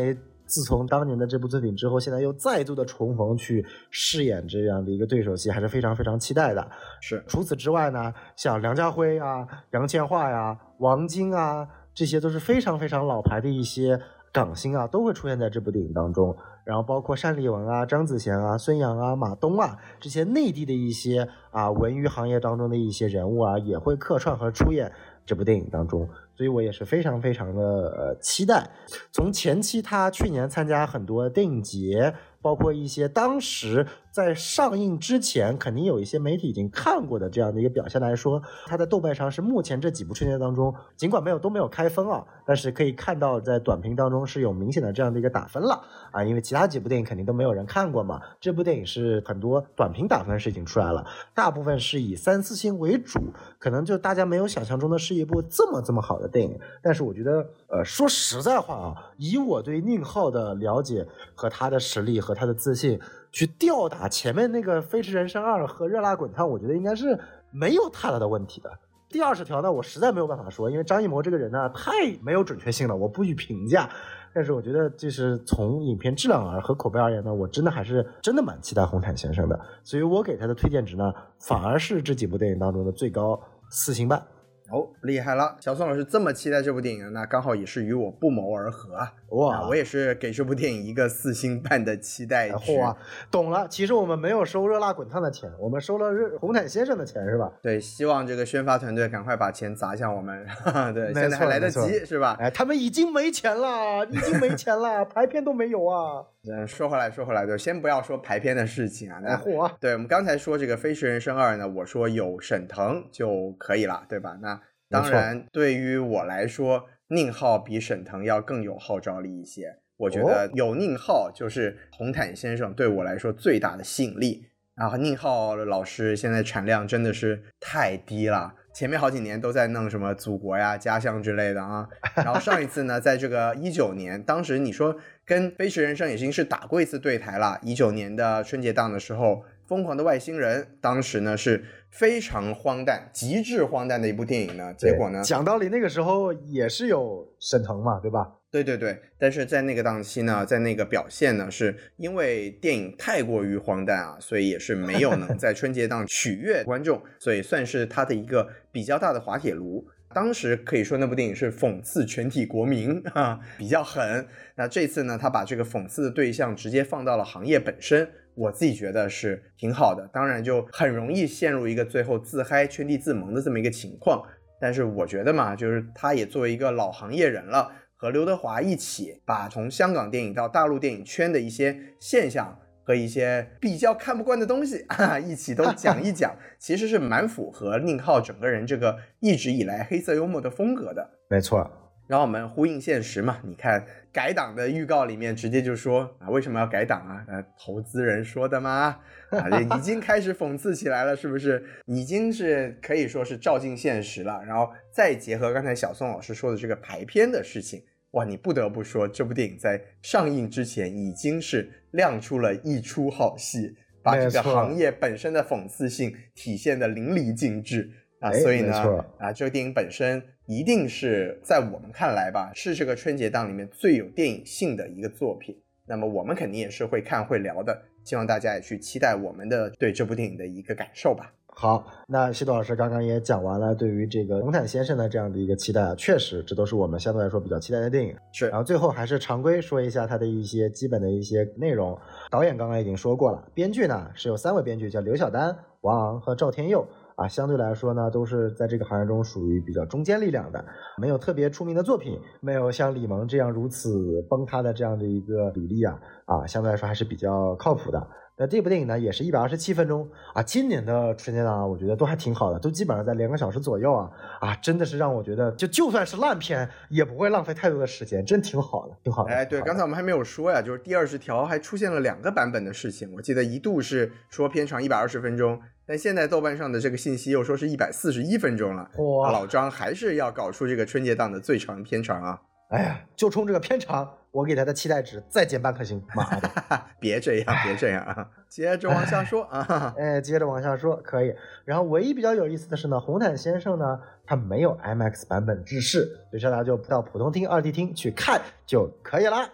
自从当年的这部作品之后，现在又再度的重逢去饰演这样的一个对手戏，还是非常非常期待的。 是， 除此之外呢，像梁家辉啊、杨千嬅呀、王晶啊，这些都是非常非常老牌的一些港星啊，都会出现在这部电影当中。然后包括单立文啊、张子贤啊、孙杨啊、马东啊这些内地的一些文娱行业当中的一些人物啊，也会客串和出演这部电影当中。所以我也是非常非常的期待。从前期他去年参加很多电影节，包括一些当时在上映之前肯定有一些媒体已经看过的这样的一个表现来说，他在豆瓣上是目前这几部春节当中尽管都没有开分啊，但是可以看到在短评当中是有明显的这样的一个打分了啊，因为其他几部电影肯定都没有人看过嘛，这部电影是很多短评打分是已经出来了，大部分是以3、4星为主，可能就大家没有想象中的是一部这么好的电影。但是我觉得说实在话啊，以我对宁浩的了解和他的实力和他的自信，去吊打前面那个《飞驰人生2》和《热辣滚烫》，我觉得应该是没有太大的问题的。第20条呢，我实在没有办法说，因为张艺谋这个人呢太没有准确性了，我不予评价。但是我觉得就是从影片质量和口碑而言呢，我真的蛮期待红毯先生的，所以我给他的推荐值呢，反而是这几部电影当中的最高4星半。 哦，厉害了！小宋老师这么期待这部电影，那刚好也是与我不谋而合啊！哇，我也是给这部电影一个4星半的期待值。 哇，懂了，其实我们没有收热辣滚烫的钱，我们收了红毯先生的钱，是吧？ 对，希望这个宣发团队赶快把钱砸向我们。对，现在还来得及，是吧？ 哎，他们已经没钱了，排片都没有啊！ 说回来，就先不要说排片的事情啊。对，我们刚才说这个《飞驰人生2》呢，我说有沈腾就可以了，对吧？那当然，对于我来说，宁浩比沈腾要更有号召力一些。我觉得有宁浩就是红毯先生对我来说最大的吸引力。然后宁浩老师现在产量真的是太低了，前面好几年都在弄什么祖国呀、家乡之类的啊。然后上一次呢，在这个19年，当时你说跟飞驰人生已经是打过一次对台了。19年的春节档的时候，疯狂的外星人当时呢是非常荒诞、极致荒诞的一部电影呢，结果呢， 讲道理那个时候也是有沈腾嘛，对吧？ 对，但是在那个档期呢，在那个表现呢，是因为电影太过于荒诞啊，所以也是没有能在春节档取悦观众，所以算是他的一个比较大的滑铁卢。当时可以说那部电影是讽刺全体国民啊，比较狠。那这次呢，他把这个讽刺的对象直接放到了行业本身，我自己觉得是挺好的。当然就很容易陷入一个最后自嗨圈地自萌的这么一个情况，但是我觉得嘛，就是他也作为一个老行业人了，和刘德华一起把从香港电影到大陆电影圈的一些现象和一些比较看不惯的东西一起都讲一讲，其实是蛮符合宁浩整个人这个一直以来黑色幽默的风格的。 没错。 然后我们呼应现实嘛，你看改档的预告里面直接就说为什么要改档啊？投资人说的吗？已经开始讽刺起来了，是不是？已经是可以说是照进现实了。然后再结合刚才小宋老师说的这个排片的事情，哇，你不得不说这部电影在上映之前已经是亮出了一出好戏，把这个行业本身的讽刺性体现的淋漓尽致所以呢这个电影本身一定是在我们看来吧，是这个春节档里面最有电影性的一个作品。那么我们肯定也是会看会聊的，希望大家也去期待我们的对这部电影的一个感受吧。 好，那西多老师刚刚也讲完了对于这个红毯先生的这样的一个期待啊，确实这都是我们相对来说比较期待的电影。 是， 然后最后还是常规说一下它的一些基本的一些内容。导演刚刚已经说过了，编剧呢是有3位编剧，叫刘晓丹、王昂和赵天佑相对来说呢都是在这个行业中属于比较中坚力量的，没有特别出名的作品，没有像李萌这样如此崩塌的这样的一个比例相对来说还是比较靠谱的。那这部电影呢也是127分钟今年的春节档我觉得都还挺好的，都基本上在2个小时左右真的是让我觉得就算是烂片也不会浪费太多的时间，真挺好的，挺好的。 对，刚才我们还没有说呀，就是第20条还出现了2个版本的事情，我记得一度是说片长120分钟，但现在豆瓣上的这个信息又说是141分钟了。老张还是要搞出这个春节档的最长片长啊！ 哎呀，就冲这个片长，我给他的期待值再减半颗星，妈的！ 别这样接着往下说接着往下说可以。然后唯一比较有意思的是呢，红毯先生呢他没有 IMAX 版本制式，所以大家就到普通厅、2D 厅去看就可以了。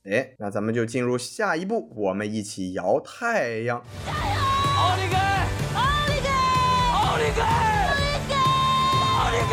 哎，那咱们就进入下一步，我们一起摇太阳。 加油！奥利给！奥利给！奥利给！奥利给！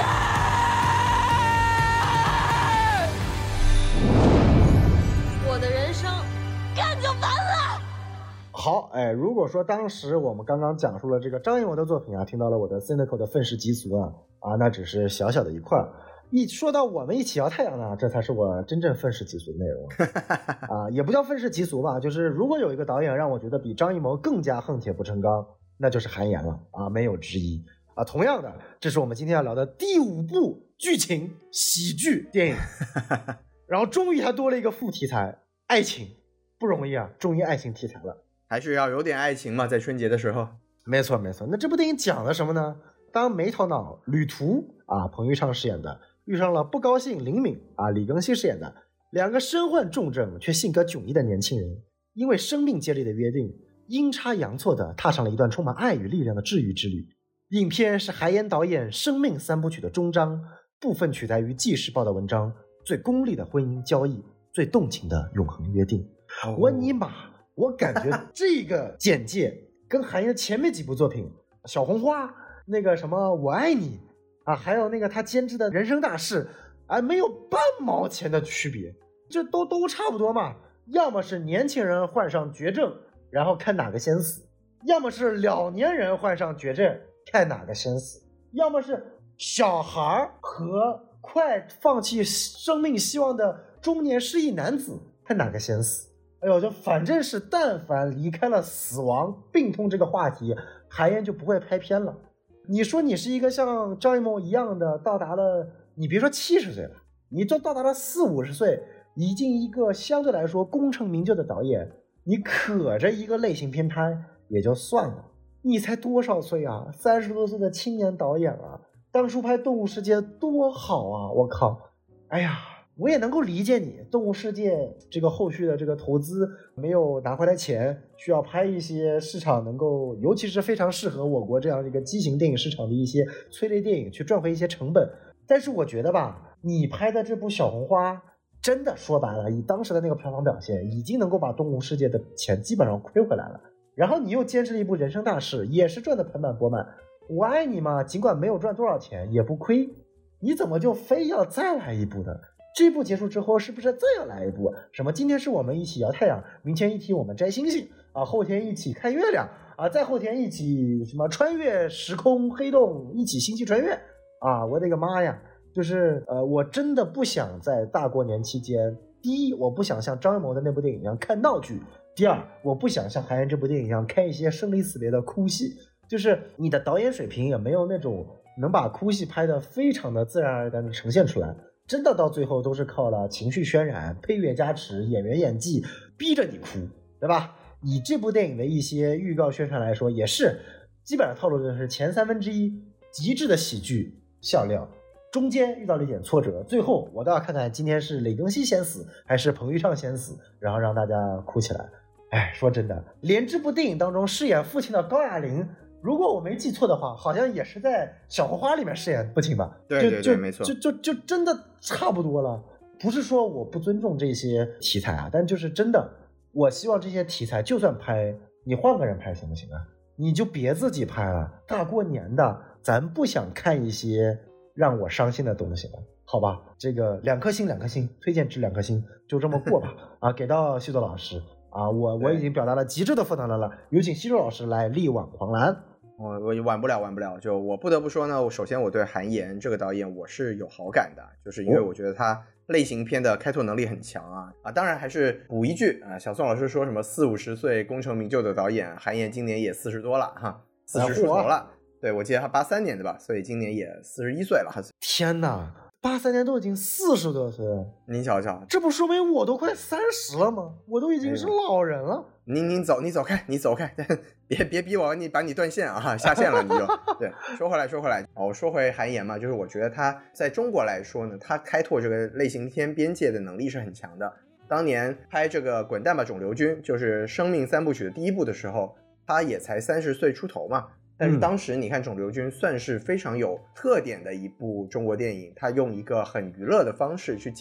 我的人生干就完了。 好，哎，如果说当时我们刚刚讲述了这个张艺谋的作品啊，听到了我的 Cynical 的愤世嫉俗啊，那只是小小的一块儿。一说到我们一起摇太阳呢，这才是我真正愤世嫉俗的内容啊，也不叫愤世嫉俗吧，就是如果有一个导演让我觉得比张艺谋更加恨铁不成钢，那就是韩延了啊，没有之一啊。同样的，这是我们今天要聊的第5部剧情喜剧电影，然后终于还多了一个副题材，爱情，不容易啊，终于爱情题材了， 还是要有点爱情嘛，在春节的时候。 没错没错。那这部电影讲了什么呢？当没头脑旅途啊，彭昱畅饰演的遇上了不高兴林敏啊，李庚希饰演的2个身患重症却性格迥异的年轻人，因为生命接力的约定，阴差阳错地踏上了一段充满爱与力量的治愈之旅。影片是韩延导演生命3部曲的终章，部分取材于纪实报道文章，最功利的婚姻交易，最动情的永恒约定。我尼玛，我感觉这个简介跟韩延的前面几部作品小红花那个什么我爱你啊，还有那个他监制的人生大事啊，没有半毛钱的区别，这都差不多嘛。要么是年轻人患上绝症，然后看哪个先死；要么是老年人患上绝症，看哪个先死；要么是小孩和快放弃生命希望的中年失忆男子，看哪个先死。哎呦，就反正是但凡离开了死亡病痛这个话题，韩延就不会拍片了。你说你是一个像张艺谋一样的到达了，你别说70岁了，你就到达了40-50岁，已经一个相对来说功成名就的导演，你可着一个类型片拍也就算了，你才多少岁啊？30多岁的青年导演啊，当初拍《动物世界》多好啊！我靠，哎呀，我也能够理解你，《动物世界》这个后续的这个投资没有拿回来钱，需要拍一些市场能够，尤其是非常适合我国这样一个畸形电影市场的一些催泪电影，去赚回一些成本。但是我觉得吧，你拍的这部小红花，真的说白了，以当时的那个票房表现，已经能够把《动物世界》的钱基本上亏回来了。然后你又监制了一部人生大事，也是赚得盆满钵满。我爱你嘛，尽管没有赚多少钱，也不亏。你怎么就非要再来一部呢？这部结束之后，是不是再要来一部？什么今天是我们一起摇太阳，明天一起我们摘星星啊，后天一起看月亮啊，再后天一起什么穿越时空黑洞，一起星际穿越啊！我的个妈呀！就是我真的不想在大过年期间，第一，我不想像张艺谋的那部电影一样看闹剧；第二，我不想像韩延这部电影一样看一些生离死别的哭戏。就是你的导演水平也没有那种能把哭戏拍得非常的自然而然的呈现出来。真的到最后都是靠了情绪渲染、配乐加持、演员演技逼着你哭，对吧？以这部电影的一些预告宣传来说，也是基本上套路就是前1/3极致的喜剧笑料，中间遇到了一点挫折，最后我都要看看今天是李庚希先死还是彭昱畅先死，然后让大家哭起来。哎，说真的，连这部电影当中饰演父亲的高亚麟，如果我没记错的话，好像也是在小红花里面饰演父亲吧？ 对对对，没错， 就真的差不多了。不是说我不尊重这些题材啊，但就是真的，我希望这些题材就算拍，你换个人拍行不行啊？你就别自己拍了，大过年的，咱不想看一些让我伤心的东西了，好吧？这个2颗星，推荐值2颗星，就这么过吧。啊，给到西多老师啊，我已经表达了极致的负能量了，有请西多老师来力挽狂澜。 我晚不了，就我不得不说呢，首先我对韩延这个导演我是有好感的，就是因为我觉得他类型片的开拓能力很强啊。当然还是补一句啊，小宋老师说什么40-50岁功成名就的导演，韩延今年也40多了哈，40出头了。对，我记得他83年的吧，所以今年也41岁了。 天哪！83年都已经40多岁了， 您瞧瞧， 这不说明我都快30了吗？我都已经是老人了。 你走开，别逼我，把你断线啊，下线了你就。对，说回来，我说回韩延嘛，就是我觉得他在中国来说呢，他开拓这个类型片边界的能力是很强的。当年拍这个《滚蛋吧肿瘤君》，就是生命3部曲的第1部的时候，他也才30岁出头嘛。但是当时你看肿瘤君算是非常有特点的一部中国电影，他用一个很娱乐的方式去讲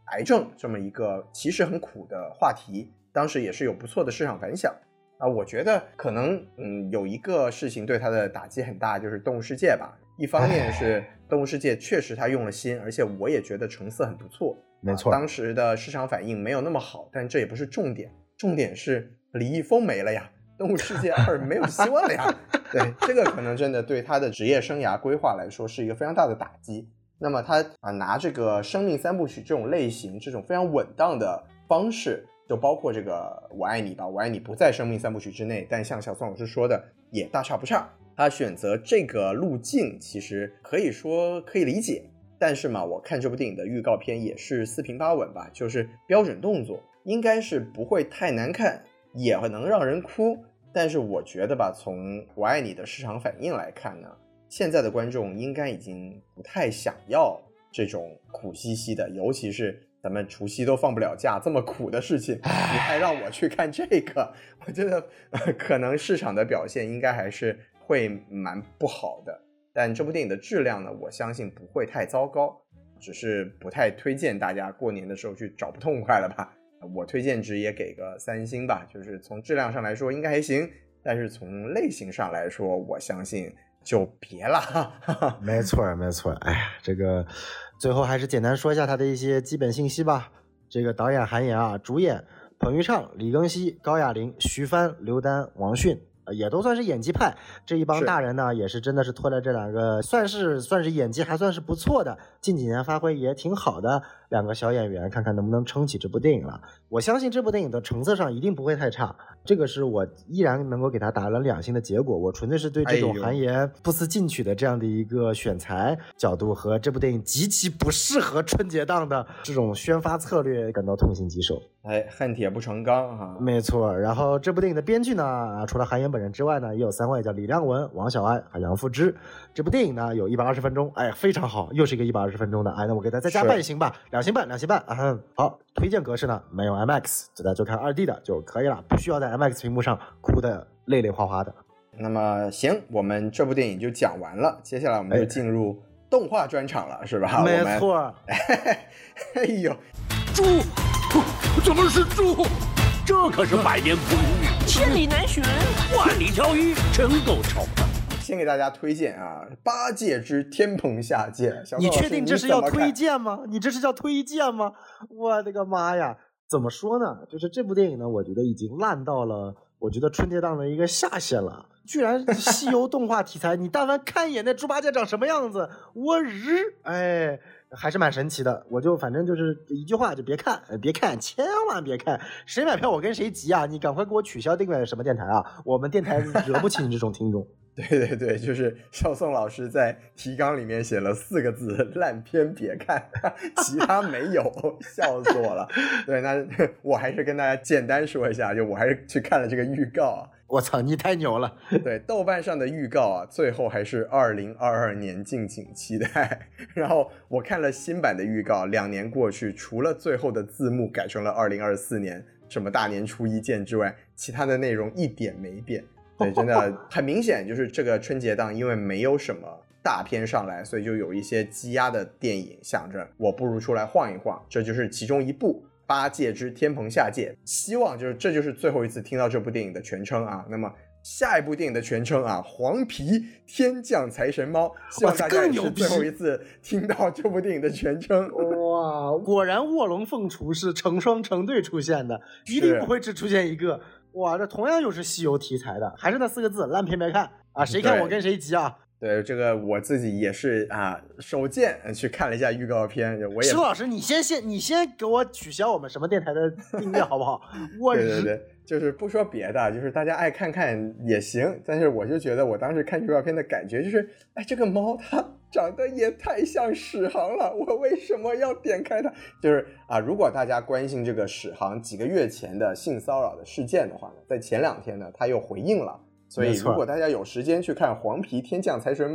癌症这么一个其实很苦的话题，当时也是有不错的市场反响啊。我觉得可能有一个事情对它的打击很大，就是动物世界吧。一方面是动物世界确实它用了心，而且我也觉得成色很不错， 没错， 当时的市场反应没有那么好，但这也不是重点，重点是李易峰没了呀，动物世界2没有希望了呀。对，这个可能真的对他的职业生涯规划来说是一个非常大的打击。那么他拿这个生命3部曲这种类型，这种非常稳当的方式，就包括这个我爱你吧，我爱你不在生命3部曲之内，但像小宋老师说的也大差不差。他选择这个路径其实可以说可以理解，但是嘛，我看这部电影的预告片也是4平8稳吧，就是标准动作，应该是不会太难看，也能让人哭。但是我觉得吧，从我爱你的市场反应来看呢，现在的观众应该已经不太想要这种苦兮兮的，尤其是咱们除夕都放不了假，这么苦的事情你还让我去看这个，我觉得可能市场的表现应该还是会蛮不好的。但这部电影的质量呢，我相信不会太糟糕，只是不太推荐大家过年的时候去找不痛快了吧。我推荐值也给个3星吧，就是从质量上来说应该还行，但是从类型上来说，我相信就别了。 没错没错。哎呀，这个最后还是简单说一下它的一些基本信息吧。这个导演韩延啊，主演彭昱畅、李庚希、高亚麟、徐帆、刘丹、王迅，也都算是演技派。这一帮大人呢，也是真的是拖着这两个算是演技还算是不错的，近几年发挥也挺好的两个小演员，看看能不能撑起这部电影了。我相信这部电影的成色上一定不会太差，这个是我依然能够给他打了2星的结果。我纯粹是对这种韩延不思进取的这样的一个选材角度和这部电影极其不适合春节档的这种宣发策略感到痛心疾首。 恨铁不成钢哈。 没错。然后这部电影的编剧呢，除了韩延本人之外呢，也有3位，叫李亮文、王小安和杨富之。这部电影呢有120分钟，非常好，又是一个120分钟的。那我给他再加半星吧，2星半好，推荐格式呢没有 MX， 大家就看2D 的就可以了，不需要在 MX 屏幕上哭得泪泪哗哗的。 那么行，我们这部电影就讲完了，接下来我们就进入动画专场了，是吧？ 没错。 哎呦， 猪，怎么是猪？这可是百年不遇， 千里难寻， 万里挑一，真够丑的。 先给大家推荐八戒之天蓬下界。 你确定这是要推荐吗？你这是叫推荐吗？我的个妈呀！怎么说呢？就是这部电影呢，我觉得已经烂到了我觉得春节档的一个下限了。居然西游动画题材，你但凡看一眼那猪八戒长什么样子，我日，还是蛮神奇的。我就反正就是一句话，就别看，千万别看。谁买票我跟谁急啊！你赶快给我取消订阅什么电台啊！我们电台惹不起你这种听众。 对，就是邵宋老师在提纲里面写了4个字：烂片别看，其他没有，笑死我了。对，那我还是跟大家简单说一下，就我还是去看了这个预告啊。 我操，你太牛了！ 对，豆瓣上的预告最后还是2022年，敬请期待。然后我看了新版的预告，2年过去，除了最后的字幕改成了2024年，什么大年初一见之外，其他的内容一点没变。对，真的很明显，就是这个春节档因为没有什么大片上来，所以就有一些积压的电影，想着我不如出来晃一晃，这就是其中一部八戒之天蓬下界。希望这就是最后一次听到这部电影的全称啊。那么下一部电影的全称黄皮天降财神猫，希望大家也是最后一次听到这部电影的全称。 哇，果然卧龙凤雏是成双成对出现的，一定不会只出现一个。哇，这同样又是西游题材的，还是那4个字，烂片别看啊！谁看我跟谁急啊！ 对，这个我自己也是手贱去看了一下预告片，我也。 施老师，你先给我取消我们什么电台的订阅好不好？ 对，就是不说别的，就是大家爱看看也行，但是我就觉得我当时看预告片的感觉就是，这个猫它长得也太像史航了，我为什么要点开它？就是如果大家关心这个史航几个月前的性骚扰的事件的话呢，在前2天呢他又回应了。所以如果大家有时间去看黄皮天降财神猫，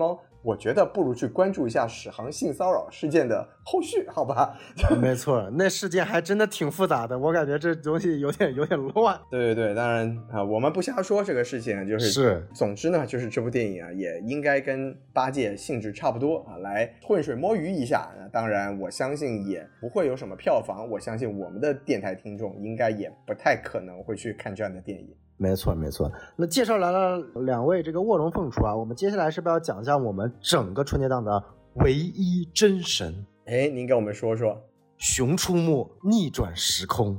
我觉得不如去关注一下史航性骚扰事件的后续，好吧？ 没错，那事件还真的挺复杂的，我感觉这东西有点乱。 对对对，当然啊，我们不瞎说这个事情，就是总之呢，就是这部电影啊，也应该跟八戒性质差不多啊，来浑水摸鱼一下。当然，我相信也不会有什么票房，我相信我们的电台听众应该也不太可能会去看这样的电影。 没错没错，那介绍来了两位这个卧龙凤雏啊，我们接下来是不是要讲一下我们整个春节档的唯一真神？ 哎，您给我们说说。 熊出没逆转时空。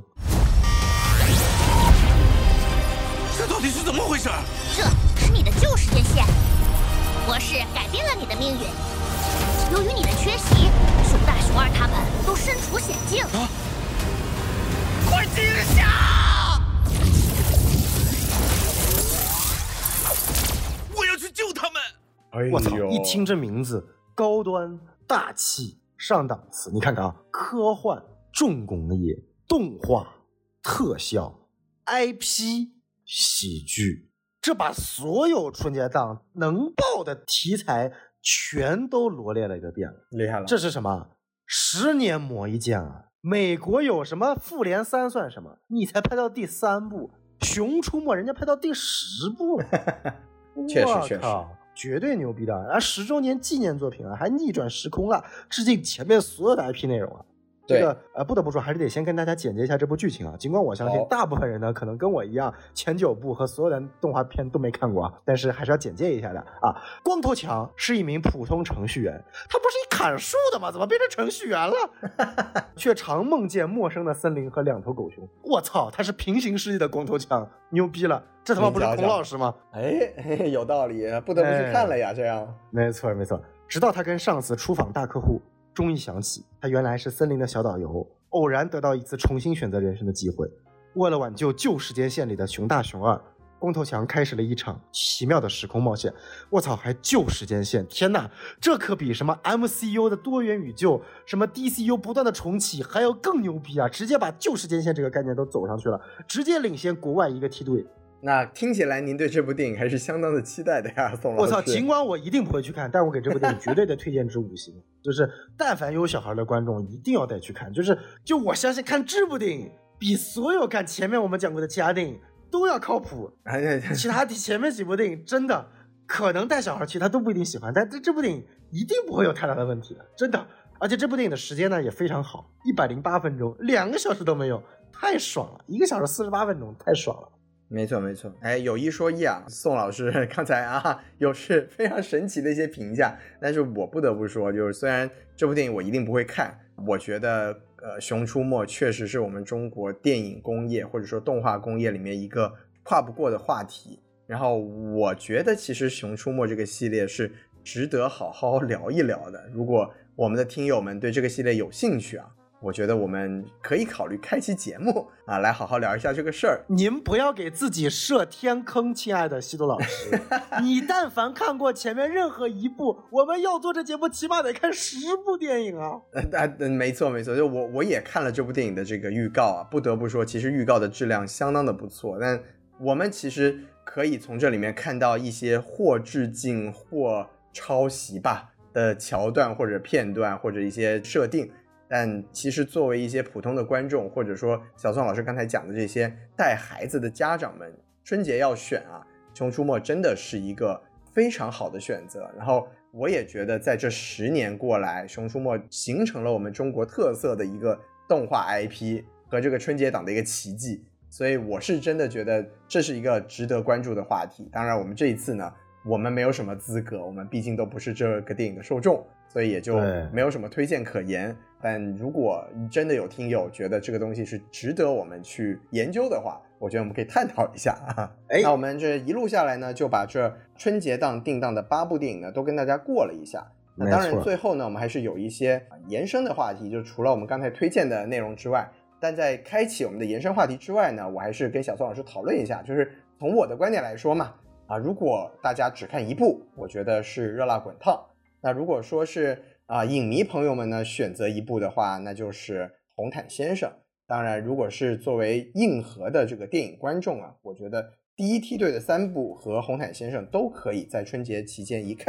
这到底是怎么回事？ 这是你的旧时间线，博士改变了你的命运。由于你的缺席，熊大熊二他们都身处险境。啊！ 快惊吓！我要去救他们！ 我操！一听这名字，高端大气上档次。你看看啊，科幻、重工业、动画、特效、IP、喜剧，这把所有春节档能爆的题材全都罗列了一个遍了， 厉害了！ 这是什么？10年磨一剑啊！美国有什么复联3算什么？你才拍到第3部，熊出没人家拍到第10部了。 确实绝对牛逼的啊！10周年纪念作品啊，还逆转时空啊，致敬前面所有的 IP 内容啊。这个不得不说，还是得先跟大家简介一下这部剧情啊。尽管我相信大部分人呢，可能跟我一样，前9部和所有的动画片都没看过，但是还是要简介一下的啊。光头强是一名普通程序员，他不是一砍树的吗？怎么变成程序员了？却常梦见陌生的森林和2头狗熊。我操，他是平行世界的光头强，牛逼了！这他妈不是孔老师吗？ 哎，有道理，不得不去看了呀。这样， 没错没错。直到他跟上司出访大客户，终于想起他原来是森林的小导游，偶然得到一次重新选择人生的机会。为了挽救旧时间线里的熊大熊二，光头强开始了一场奇妙的时空冒险。我操，还旧时间线！天哪，这可比什么 MCU 的多元宇宙，什么 DCU 不断的重启还要更牛逼啊！直接把旧时间线这个概念都走上去了，直接领先国外一个梯队。 那听起来您对这部电影还是相当的期待的呀，宋老师。 我操，尽管我一定不会去看，但我给这部电影绝对的推荐值5星。就是但凡有小孩的观众一定要带去看，就我相信看这部电影比所有看前面我们讲过的其他电影都要靠谱。其他前面几部电影真的可能带小孩去他都不一定喜欢，但这部电影一定不会有太大的问题的，真的。而且这部电影的时间呢也非常好，108分钟，2个小时都没有，太爽了，1个小时48分钟，太爽了。 没错没错，哎，有一说一啊，宋老师刚才啊有是非常神奇的一些评价，但是我不得不说，就是虽然这部电影我一定不会看，我觉得熊出没确实是我们中国电影工业或者说动画工业里面一个跨不过的话题。然后我觉得其实熊出没这个系列是值得好好聊一聊的，如果我们的听友们对这个系列有兴趣啊，我觉得我们可以考虑开期节目啊，来好好聊一下这个事儿。 您不要给自己设天坑，亲爱的西多老师。你但凡看过前面任何一部，我们要做这节目起码得看10部电影啊。 没错没错，就我也看了这部电影的这个预告啊，不得不说，其实预告的质量相当的不错。但我们其实可以从这里面看到一些或致敬或抄袭吧的桥段或者片段或者一些设定。但其实作为一些普通的观众，或者说小宋老师刚才讲的这些带孩子的家长们，春节要选啊，熊出没真的是一个非常好的选择。然后我也觉得在这10年过来，熊出没形成了我们中国特色的一个动画 IP 和这个春节档的一个奇迹，所以我是真的觉得这是一个值得关注的话题。当然我们这一次呢，我们没有什么资格，我们毕竟都不是这个电影的受众，所以也就没有什么推荐可言。但如果真的有听友觉得这个东西是值得我们去研究的话，我觉得我们可以探讨一下啊。那我们这一路下来呢，就把这春节档定档的8部电影呢都跟大家过了一下。那当然最后呢，我们还是有一些延伸的话题，就除了我们刚才推荐的内容之外，但在开启我们的延伸话题之外呢，我还是跟小宋老师讨论一下，就是从我的观点来说嘛，如果大家只看一部，我觉得是热辣滚烫。那如果说是影迷朋友们呢选择一部的话，那就是红毯先生。当然如果是作为硬核的这个电影观众啊，我觉得第一梯队的3部和红毯先生都可以在春节期间一看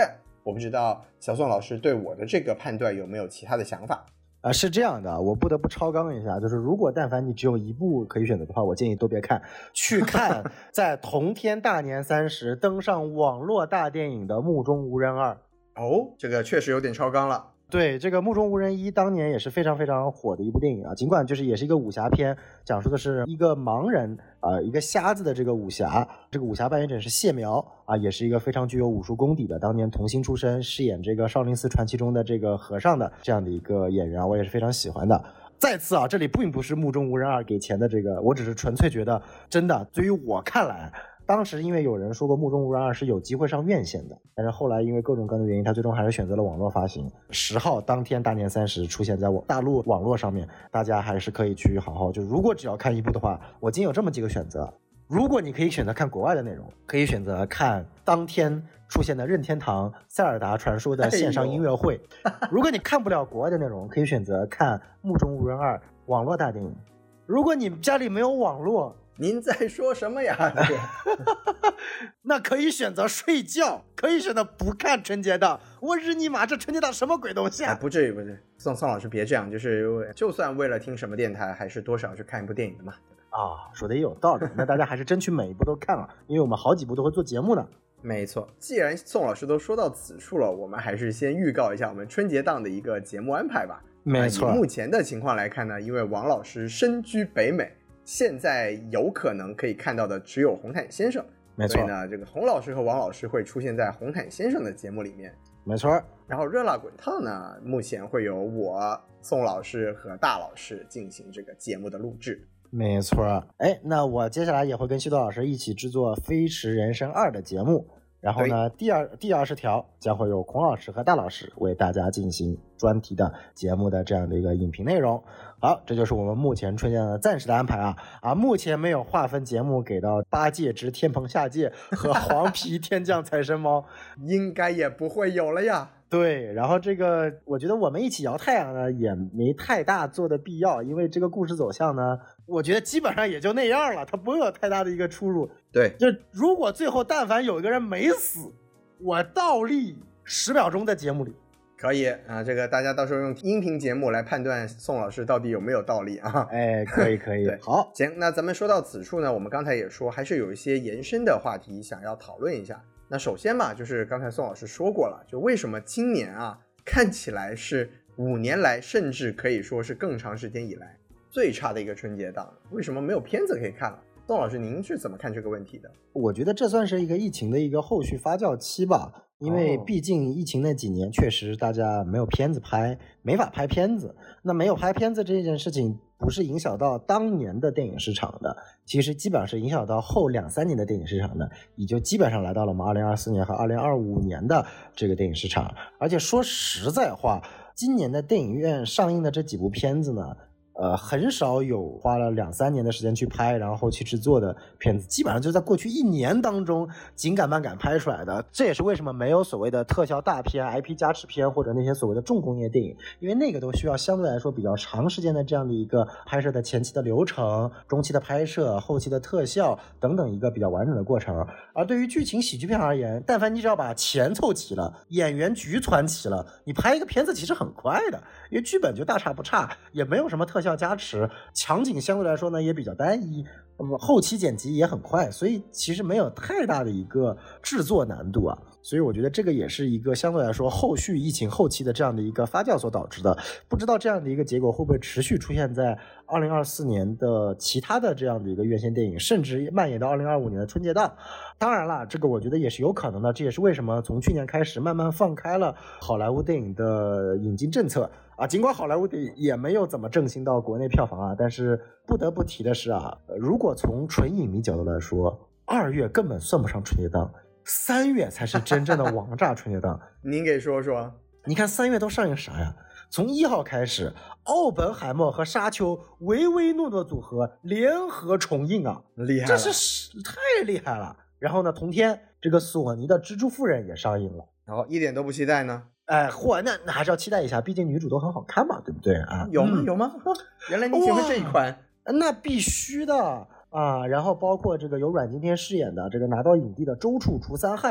我不知道小宋老师对我的这个判断有没有其他的想法？ 是这样的，我不得不超纲一下，就是如果但凡你只有一部可以选择的话，我建议都别看，去看在同天大年30登上网络大电影的《目中无人2》。 哦，这个确实有点超纲了。 对，这个《目中无人1》当年也是非常非常火的一部电影啊，尽管就是也是一个武侠片，讲述的是一个盲人一个瞎子的这个武侠，这个武侠扮演者是谢苗啊，也是一个非常具有武术功底的，当年童星出身，饰演这个少林寺传奇中的这个和尚的这样的一个演员啊，我也是非常喜欢的。再次啊，这里并不是《目中无人2》给钱的这个，我只是纯粹觉得真的，对于我看来。当时因为有人说过《目中无人2》是有机会上院线的，但是后来因为各种各样的原因，他最终还是选择了网络发行。10号当天大年30出现在大陆网络上面，大家还是可以去好好，就如果只要看一部的话，我今天有这么几个选择。如果你可以选择看国外的内容，可以选择看当天出现的任天堂塞尔达传说的线上音乐会。如果你看不了国外的内容，可以选择看《目中无人2》网络大电影。如果你家里没有网络， 您在说什么呀？ 那可以选择睡觉，可以选择不看春节档。我日你妈，这春节档什么鬼东西啊？ 不至于，不至于。宋老师别这样，就算为了听什么电台，还是多少去看一部电影的嘛。 说的也有道理。那大家还是争取每一部都看了，因为我们好几部都会做节目呢。 没错，既然宋老师都说到此处了，我们还是先预告一下我们春节档的一个节目安排吧。 没错， 以目前的情况来看呢，因为王老师身居北美，现在有可能可以看到的只有红毯先生。 没错， 所以呢，这个洪老师和王老师会出现在红毯先生的节目里面。 没错。 然后热辣滚烫呢，目前会由我宋老师和大老师进行这个节目的录制。 没错。那我接下来也会跟西多老师一起制作《飞驰人生2》的节目。然后呢，第20条将会由孔老师和大老师为大家进行专题的节目的这样的一个影评内容。好，这就是我们目前春节的暂时的安排啊，目前没有划分节目给到八戒之天蓬下界和黄皮天降财神猫， 应该也不会有了呀。 对，然后这个我觉得我们一起摇太阳呢也没太大做的必要，因为这个故事走向呢，我觉得基本上也就那样了，它不会有太大的一个出入。 对， 就如果最后但凡有一个人没死，我倒立10秒钟的节目里。 可以啊，这个大家到时候用音频节目来判断宋老师到底有没有倒立啊。 可以对，好， 行，那咱们说到此处呢，我们刚才也说还是有一些延伸的话题想要讨论一下。那首先嘛，就是刚才宋老师说过了，就为什么今年啊看起来是5年来甚至可以说是更长时间以来最差的一个春节档，为什么没有片子可以看了？宋老师您是怎么看这个问题的？ 我觉得这算是一个疫情的一个后续发酵期吧，因为毕竟疫情那几年确实大家没有片子拍，没法拍片子。那没有拍片子这件事情不是影响到当年的电影市场的，其实基本上是影响到后2-3年的电影市场的，也就基本上来到了我们2024年和2025年的这个电影市场。而且说实在话，今年的电影院上映的这几部片子呢，很少有花了2-3年的时间去拍，然后后期制作的片子，基本上就在过去1年当中紧赶慢赶拍出来的。这也是为什么没有所谓的特效大片、IP 加持片或者那些所谓的重工业电影，因为那个都需要相对来说比较长时间的这样的一个拍摄的前期的流程、中期的拍摄、后期的特效等等一个比较完整的过程。而对于剧情喜剧片而言，但凡你只要把钱凑齐了，演员局团齐了，你拍一个片子其实很快的，因为剧本就大差不差，也没有什么特效加持，场景相对来说呢也比较单一，后期剪辑也很快，所以其实没有太大的一个制作难度啊。所以我觉得这个也是一个相对来说后续疫情后期的这样的一个发酵所导致的。不知道这样的一个结果会不会持续出现在2024年的其他的这样的一个院线电影，甚至蔓延到2025年的春节档。当然啦，这个我觉得也是有可能的，这也是为什么从去年开始慢慢放开了好莱坞电影的引进政策啊。尽管好莱坞电影也没有怎么振兴到国内票房啊，但是不得不提的是啊，如果从纯影迷角度来说，2月根本算不上春节档，3月才是真正的王炸春节档。 您给说说。 你看3月都上映啥呀？从1号开始，奥本海默和沙丘唯唯诺诺组合联合重映啊， 厉害了， 这是太厉害了。然后呢，同天这个索尼的蜘蛛夫人也上映了， 然后一点都不期待呢。 那还是要期待一下，毕竟女主都很好看嘛，对不对啊？ 有吗？有吗？原来你喜欢这一款， 那必须的啊。然后包括这个由阮经天饰演的这个拿到影帝的周处除三害啊，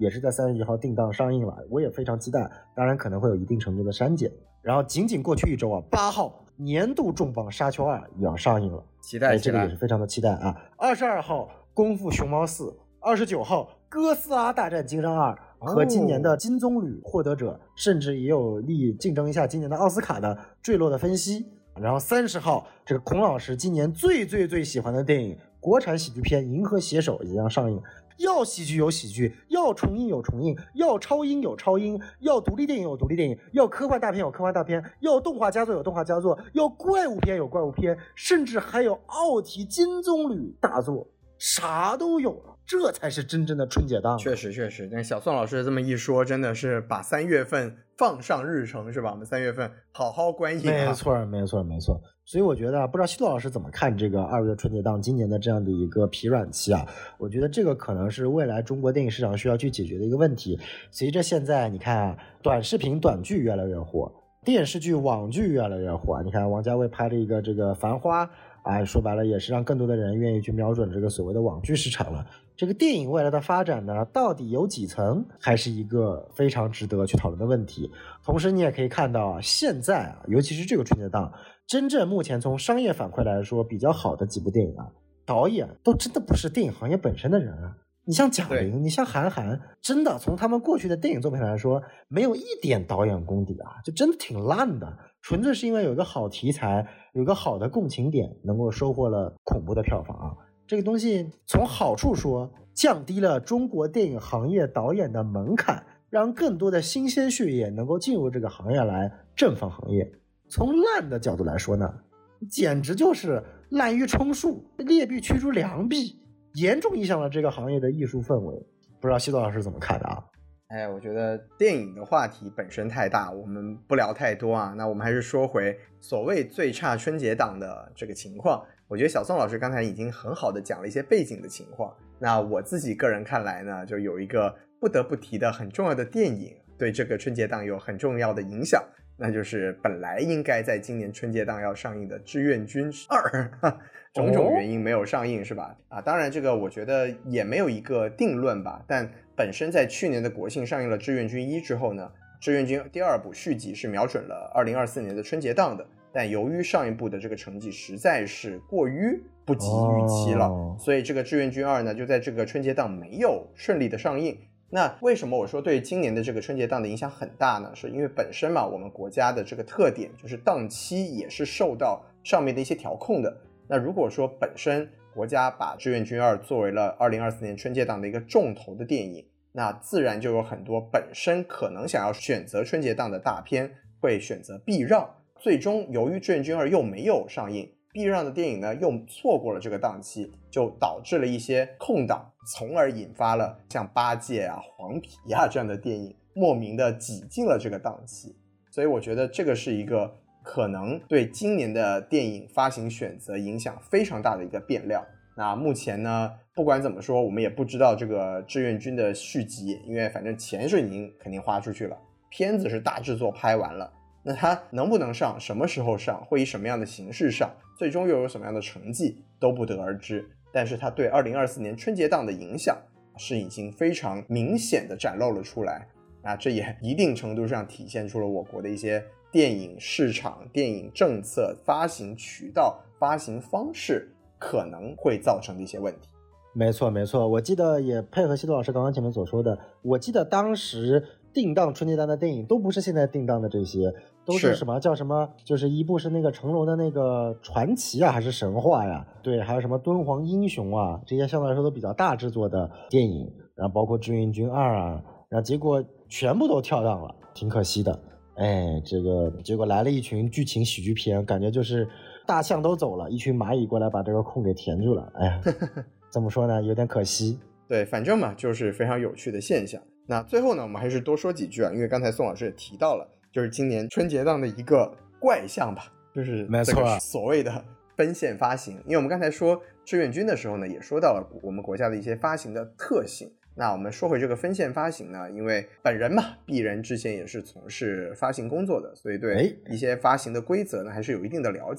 也是在3月1号定档上映了，我也非常期待，当然可能会有一定程度的删减。然后仅仅过去1周啊，8号年度重磅《沙丘2》也要上映了， 期待这个也是非常的期待啊。22号《功夫熊猫4》，29号《哥斯拉大战金刚2》和今年的金棕榈获得者，甚至也有力竞争一下今年的奥斯卡的《坠落的分析》。然后30号这个孔老师今年最喜欢的电影国产喜剧片《银河携手》也将上映。要喜剧有喜剧，要重映有重映，要超英有超英，要独立电影有独立电影，要科幻大片有科幻大片，要动画佳作有动画佳作，要怪物片有怪物片，甚至还有奥体金棕榈大作，啥都有了。这才是真正的春节档。 确实，但小宋老师这么一说，真的是把3月份放上日程，是吧？我们3月份好好观影啊。 没错。所以我觉得，不知道西多老师怎么看这个2月春节档今年的这样的一个疲软期啊？我觉得这个可能是未来中国电影市场需要去解决的一个问题。随着现在你看啊，短视频短剧越来越火，电视剧网剧越来越火。你看王家卫拍了一个这个《繁花》啊，说白了也是让更多的人愿意去瞄准这个所谓的网剧市场了。这个电影未来的发展呢，到底有几层，还是一个非常值得去讨论的问题。同时你也可以看到啊，现在啊，尤其是这个春节档，真正目前从商业反馈来说比较好的几部电影啊，导演都真的不是电影行业本身的人啊。你像贾玲，你像韩寒，真的从他们过去的电影作品来说，没有一点导演功底啊，就真的挺烂的。纯粹是因为有一个好题材，有一个好的共情点，能够收获了恐怖的票房啊。这个东西从好处说，降低了中国电影行业导演的门槛，让更多的新鲜血液能够进入这个行业来振奋行业。从烂的角度来说呢，简直就是滥竽充数，劣币驱逐良币，严重影响了这个行业的艺术氛围。不知道西多老师怎么看的啊？ 我觉得电影的话题本身太大，我们不聊太多啊。那我们还是说回所谓最差春节档的这个情况。我觉得小宋老师刚才已经很好的讲了一些背景的情况。那我自己个人看来呢，就有一个不得不提的很重要的电影，对这个春节档有很重要的影响，那就是本来应该在今年春节档要上映的《志愿军2》，种种原因没有上映，是吧？当然这个我觉得也没有一个定论吧，但本身在去年的国庆上映了《志愿军1》之后呢，《志愿军》第2部续集是瞄准了2024年的春节档的，但由于上一部的这个成绩实在是过于不及预期了，所以这个《志愿军2》呢就在这个春节档没有顺利的上映。那为什么我说对今年的这个春节档的影响很大呢？是因为本身嘛，我们国家的这个特点就是档期也是受到上面的一些调控的。那如果说本身国家把《志愿军2》作为了2024年春节档的一个重头的电影，那自然就有很多本身可能想要选择春节档的大片会选择避让，最终由于《志愿军2》又没有上映，避让的电影呢又错过了这个档期，就导致了一些空档，从而引发了像八戒啊、黄皮啊这样的电影莫名的挤进了这个档期。所以我觉得这个是一个可能对今年的电影发行选择影响非常大的一个变量。那目前呢，不管怎么说，我们也不知道这个志愿军的续集，因为反正钱是已经肯定花出去了，片子是大制作拍完了，那它能不能上，什么时候上，会以什么样的形式上，最终又有什么样的成绩都不得而知。但是它对2024年春节档的影响是已经非常明显的展露了出来。那这也一定程度上体现出了我国的一些电影市场、电影政策、发行渠道、发行方式可能会造成的一些问题。 没错，我记得也配合西多老师刚刚前面所说的，我记得当时定档春节档的电影都不是现在定档的这些，都是什么叫什么，就是一部是那个成龙的那个传奇啊，还是神话呀，对，还有什么敦煌英雄啊，这些相对来说都比较大制作的电影，然后包括志愿军2啊，然后结果全部都跳档了，挺可惜的。这个结果来了一群剧情喜剧片，感觉就是大象都走了，一群蚂蚁过来把这个空给填住了。怎么说呢，有点可惜。 对，反正嘛就是非常有趣的现象。那最后呢，我们还是多说几句啊，因为刚才宋老师也提到了，就是今年春节档的一个怪象吧，就是这个所谓的分线发行。因为我们刚才说志愿军的时候呢，也说到了我们国家的一些发行的特性。那我们说回这个分线发行呢，因为本人嘛，鄙人之前也是从事发行工作的，所以对一些发行的规则呢还是有一定的了解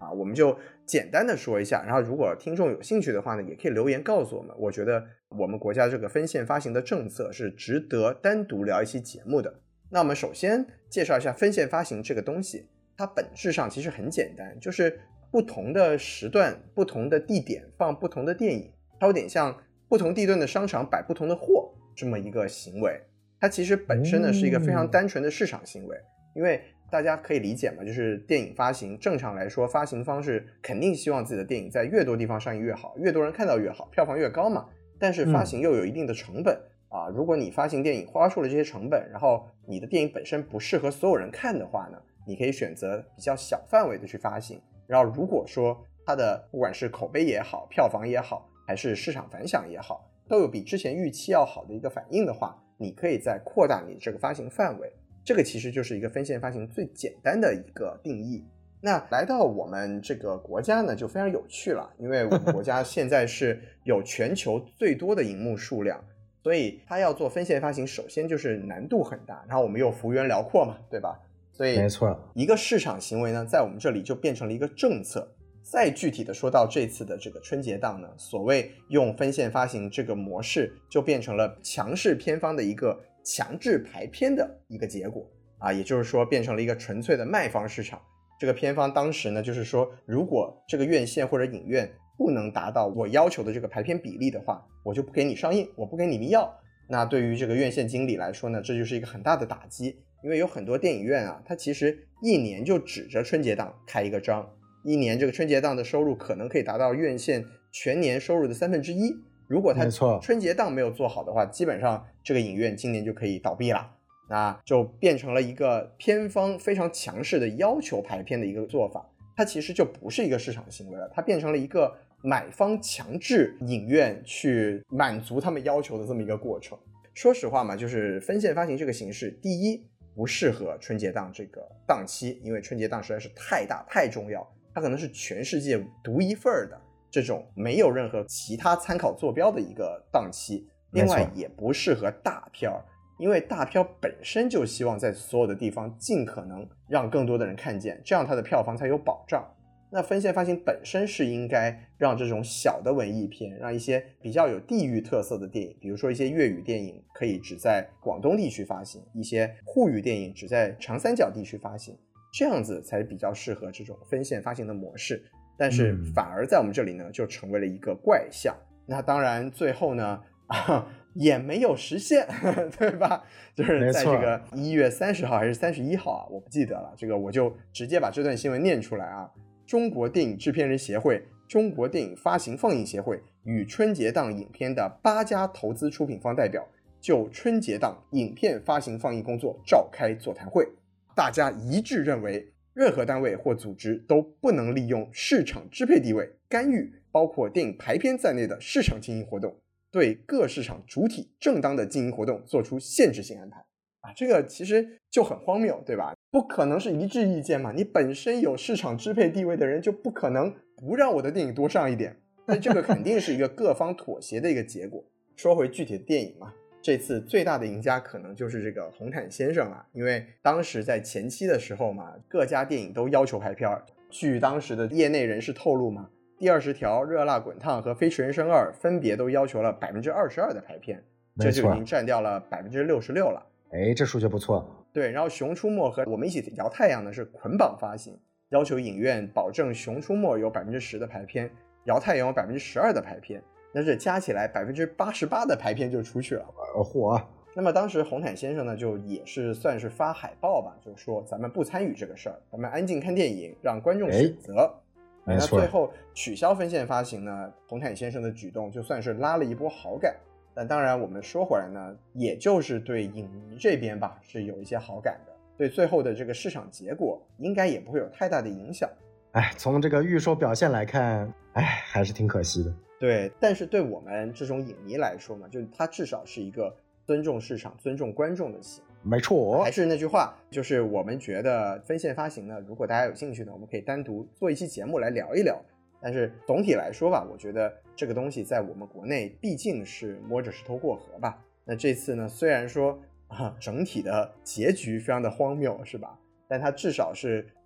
啊，我们就简单的说一下，然后如果听众有兴趣的话呢，也可以留言告诉我们。我觉得我们国家这个分线发行的政策是值得单独聊一期节目的。那我们首先介绍一下分线发行这个东西，它本质上其实很简单，就是不同的时段、不同的地点放不同的电影，它有点像不同地段的商场摆不同的货这么一个行为。它其实本身呢是一个非常单纯的市场行为，因为大家可以理解嘛，就是电影发行正常来说，发行方是肯定希望自己的电影在越多地方上映越好，越多人看到越好，票房越高嘛。但是发行又有一定的成本啊，如果你发行电影花出了这些成本，然后你的电影本身不适合所有人看的话呢，你可以选择比较小范围的去发行。然后如果说它的不管是口碑也好，票房也好，还是市场反响也好，都有比之前预期要好的一个反应的话，你可以再扩大你这个发行范围。这个其实就是一个分线发行最简单的一个定义。那来到我们这个国家呢就非常有趣了，因为我们国家现在是有全球最多的荧幕数量，所以它要做分线发行首先就是难度很大，然后我们又幅员辽阔嘛，对吧？所以没错， 一个市场行为呢在我们这里就变成了一个政策。再具体的说到这次的这个春节档呢，所谓用分线发行这个模式就变成了强势片方的一个强制排片的一个结果啊，也就是说变成了一个纯粹的卖方市场。这个片方当时呢就是说，如果这个院线或者影院不能达到我要求的这个排片比例的话，我就不给你上映，我不给你们要。那对于这个院线经理来说呢，这就是一个很大的打击，因为有很多电影院啊，它其实一年就指着春节档开一个张，一年这个春节档的收入可能可以达到院线全年收入的1/3。如果它春节档没有做好的话，基本上这个影院今年就可以倒闭了。那就变成了一个片方非常强势的要求排片的一个做法，它其实就不是一个市场行为了，它变成了一个买方强制影院去满足他们要求的这么一个过程。说实话嘛，就是分线发行这个形式，第一不适合春节档这个档期，因为春节档实在是太大太重要，它可能是全世界独一份的这种没有任何其他参考坐标的一个档期。另外也不适合大片儿，因为大片本身就希望在所有的地方尽可能让更多的人看见，这样它的票房才有保障。那分线发行本身是应该让这种小的文艺片，让一些比较有地域特色的电影，比如说一些粤语电影可以只在广东地区发行，一些沪语电影只在长三角地区发行，这样子才比较适合这种分线发行的模式。但是反而在我们这里呢就成为了一个怪象。那当然最后呢也没有实现对吧，就是在这个1月30号还是31号啊，我不记得了，这个我就直接把这段新闻念出来啊。中国电影制片人协会、中国电影发行放映协会与春节档影片的8家投资出品方代表就春节档影片发行放映工作召开座谈会，大家一致认为任何单位或组织都不能利用市场支配地位干预包括电影排片在内的市场经营活动，对各市场主体正当的经营活动做出限制性安排啊，这个其实就很荒谬，对吧？不可能是一致意见嘛，你本身有市场支配地位的人就不可能不让我的电影多上一点，那这个肯定是一个各方妥协的一个结果。说回具体的电影嘛，这次最大的赢家可能就是这个红毯先生了，因为当时在前期的时候嘛，各家电影都要求排片，据当时的业内人士透露嘛，第20条、热辣滚烫和飞驰人生2分别都要求了22%的排片，这就已经占掉了66%了。 哎，这数据不错。 对，然后熊出没和我们一起摇太阳呢是捆绑发行，要求影院保证熊出没有10%的排片，摇太阳有12%的排片，那这加起来88%的排片就出去了。 嚯！ 那么当时红毯先生呢就也是算是发海报吧，就说咱们不参与这个事儿，咱们安静看电影，让观众选择。那最后取消分线发行呢，红毯先生的举动就算是拉了一波好感。但当然我们说回来呢，也就是对影迷这边吧是有一些好感的，对最后的这个市场结果应该也不会有太大的影响。 从这个预售表现来看，还是挺可惜的。 对，但是对我们这种影迷来说嘛，就是它至少是一个尊重市场、尊重观众的行为。 没错， 还是那句话，就是我们觉得分线发行呢，如果大家有兴趣呢，我们可以单独做一期节目来聊一聊。但是总体来说吧，我觉得这个东西在我们国内毕竟是摸着石头过河吧。那这次呢，虽然说整体的结局非常的荒谬，是吧？但它至少是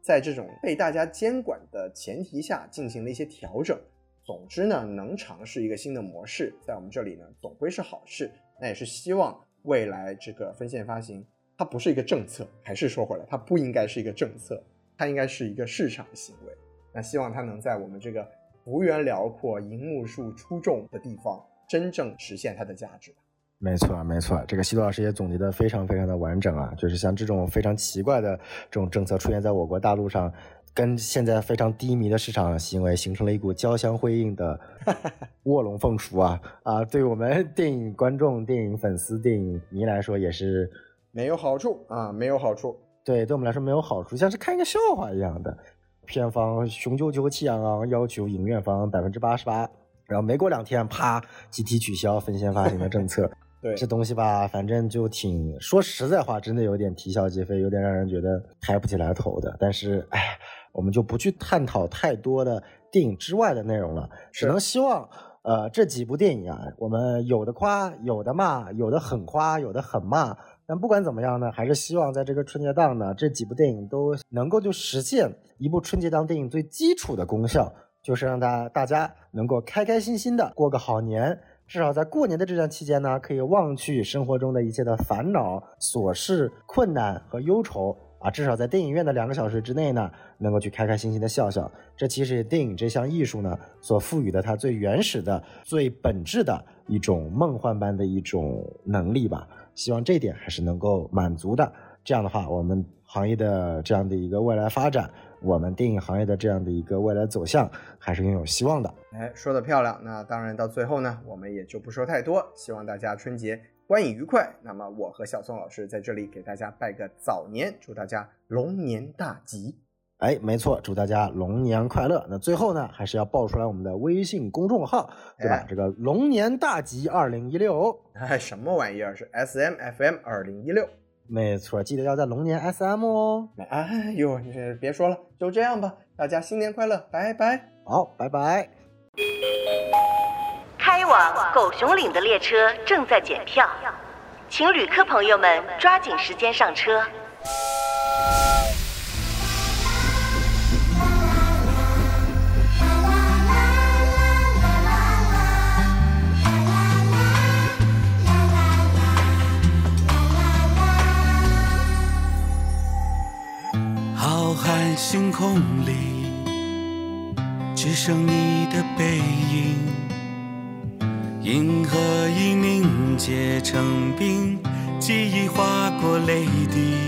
在这种被大家监管的前提下进行了一些调整。总之呢，能尝试一个新的模式，在我们这里呢，总归是好事。那也是希望未来这个分线发行，它不是一个政策，还是说回来，它不应该是一个政策，它应该是一个市场行为。那希望它能在我们这个幅员辽阔、银幕数出众的地方，真正实现它的价值。 没错没错，这个西多老师也总结得非常非常的完整啊，就是像这种非常奇怪的这种政策出现在我国大陆上，跟现在非常低迷的市场行为形成了一股交相辉映的卧龙凤雏啊！对我们电影观众、电影粉丝、电影迷来说也是没有好处啊，没有好处。 对我们来说没有好处，像是看一个笑话一样的。片方雄赳赳气昂昂，要求影院方88%，然后没过2天，啪，集体取消分线发行的政策。 对， 这东西吧，反正就挺说实在话，真的有点啼笑皆非，有点让人觉得抬不起来头的。但是，我们就不去探讨太多的电影之外的内容了，只能希望，这几部电影啊，我们有的夸，有的骂，有的很夸，有的很骂。但不管怎么样呢，还是希望在这个春节档呢，这几部电影都能够就实现一部春节档电影最基础的功效，就是让大家能够开开心心的过个好年。至少在过年的这段期间呢，可以忘去生活中的一切的烦恼、琐事、困难和忧愁啊！至少在电影院的2个小时之内呢，能够去开开心心的笑笑。这其实电影这项艺术呢，所赋予的它最原始的、最本质的一种梦幻般的一种能力吧。希望这一点还是能够满足的。这样的话，我们行业的这样的一个未来发展，我们电影行业的这样的一个未来走向，还是拥有希望的。 说得漂亮。那当然到最后呢，我们也就不说太多，希望大家春节观影愉快。那么我和小宋老师在这里给大家拜个早年，祝大家龙年大吉。 没错，祝大家龙年快乐。那最后呢，还是要报出来我们的微信公众号，对吧？这个龙年大吉2016。 什么玩意儿？是 SMFM 2016。 没错，记得要在龙年 SM 哦。 哎呦，你别说了，就这样吧，大家新年快乐，拜拜。 好，拜拜。 开往狗熊岭的列车正在检票，请旅客朋友们抓紧时间上车。 浩瀚星空里，只剩你的背影，银河已凝结成冰，记忆划过泪滴。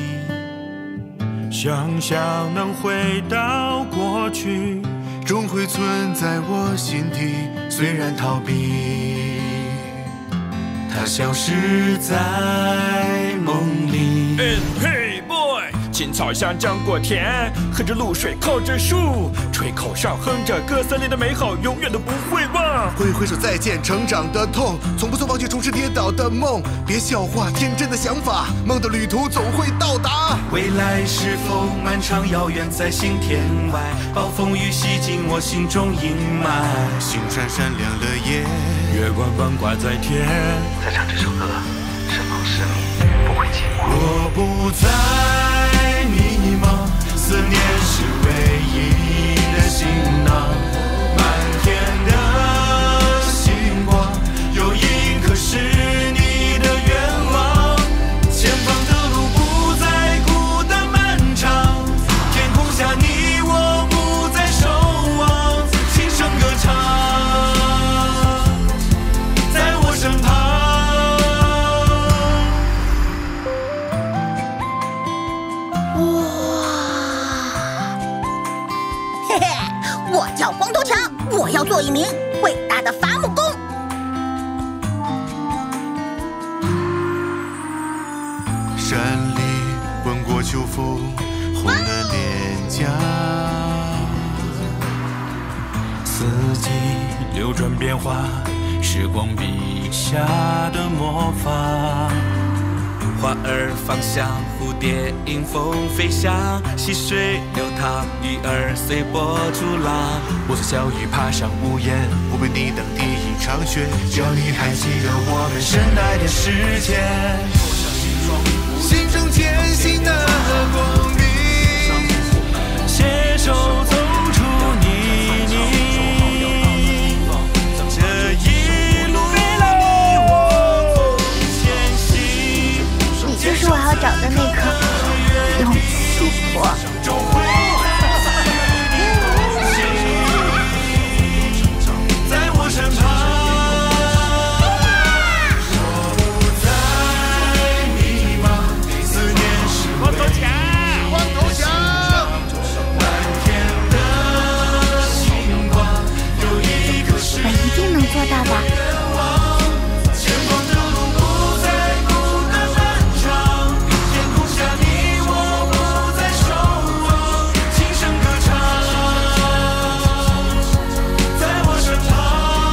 想象能回到过去，终会存在我心底，虽然逃避，它消失在梦里。 Hey boy， 青草香浆果甜，喝着露水靠着树，吹口哨哼着歌，森林的美好永远都不会忘。 挥手再见成长的痛，从不曾忘记重拾跌倒的梦，别笑话天真的想法，梦的旅途总会到达。 未来是否漫长遥远在星天外，暴风雨洗尽我心中阴霾。 星闪闪亮了夜， 月光光挂在天， 在唱这首歌，是否是你不会寂寞？ 我不再迷茫，思念是唯一的行囊，漫天的星光，有一颗是你的愿望。前方的路不再孤单漫长，天空下你我不再守望，轻声歌唱，在我身旁。 我叫光头强，我要做一名伟大的伐木工。 山里吻过秋风，红的脸颊， 四季流转变化，时光笔下的魔法。花儿芳香，蝴蝶迎风飞翔，溪水流淌，鱼儿随波逐浪。 我从小雨爬上屋檐，我为你当第一场雪，只要你还记得我们深爱的时间。心中坚信的光明， 就是我要找的那颗勇气果。 在我身旁，我不再迷茫，思念是光头强， 光头强，蓝天的星光，有一个是我一定能做到的。 前方的路不再孤单漫长，天空下你我不再守望，轻声歌唱，在我身旁。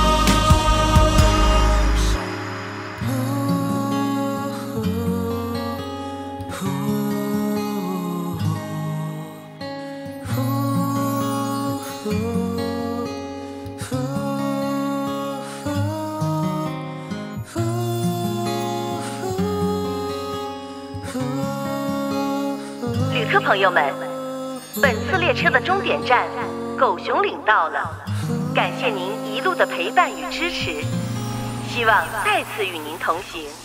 旅客朋友们，本次列车的终点站狗熊岭到了，感谢您一路的陪伴与支持，希望再次与您同行。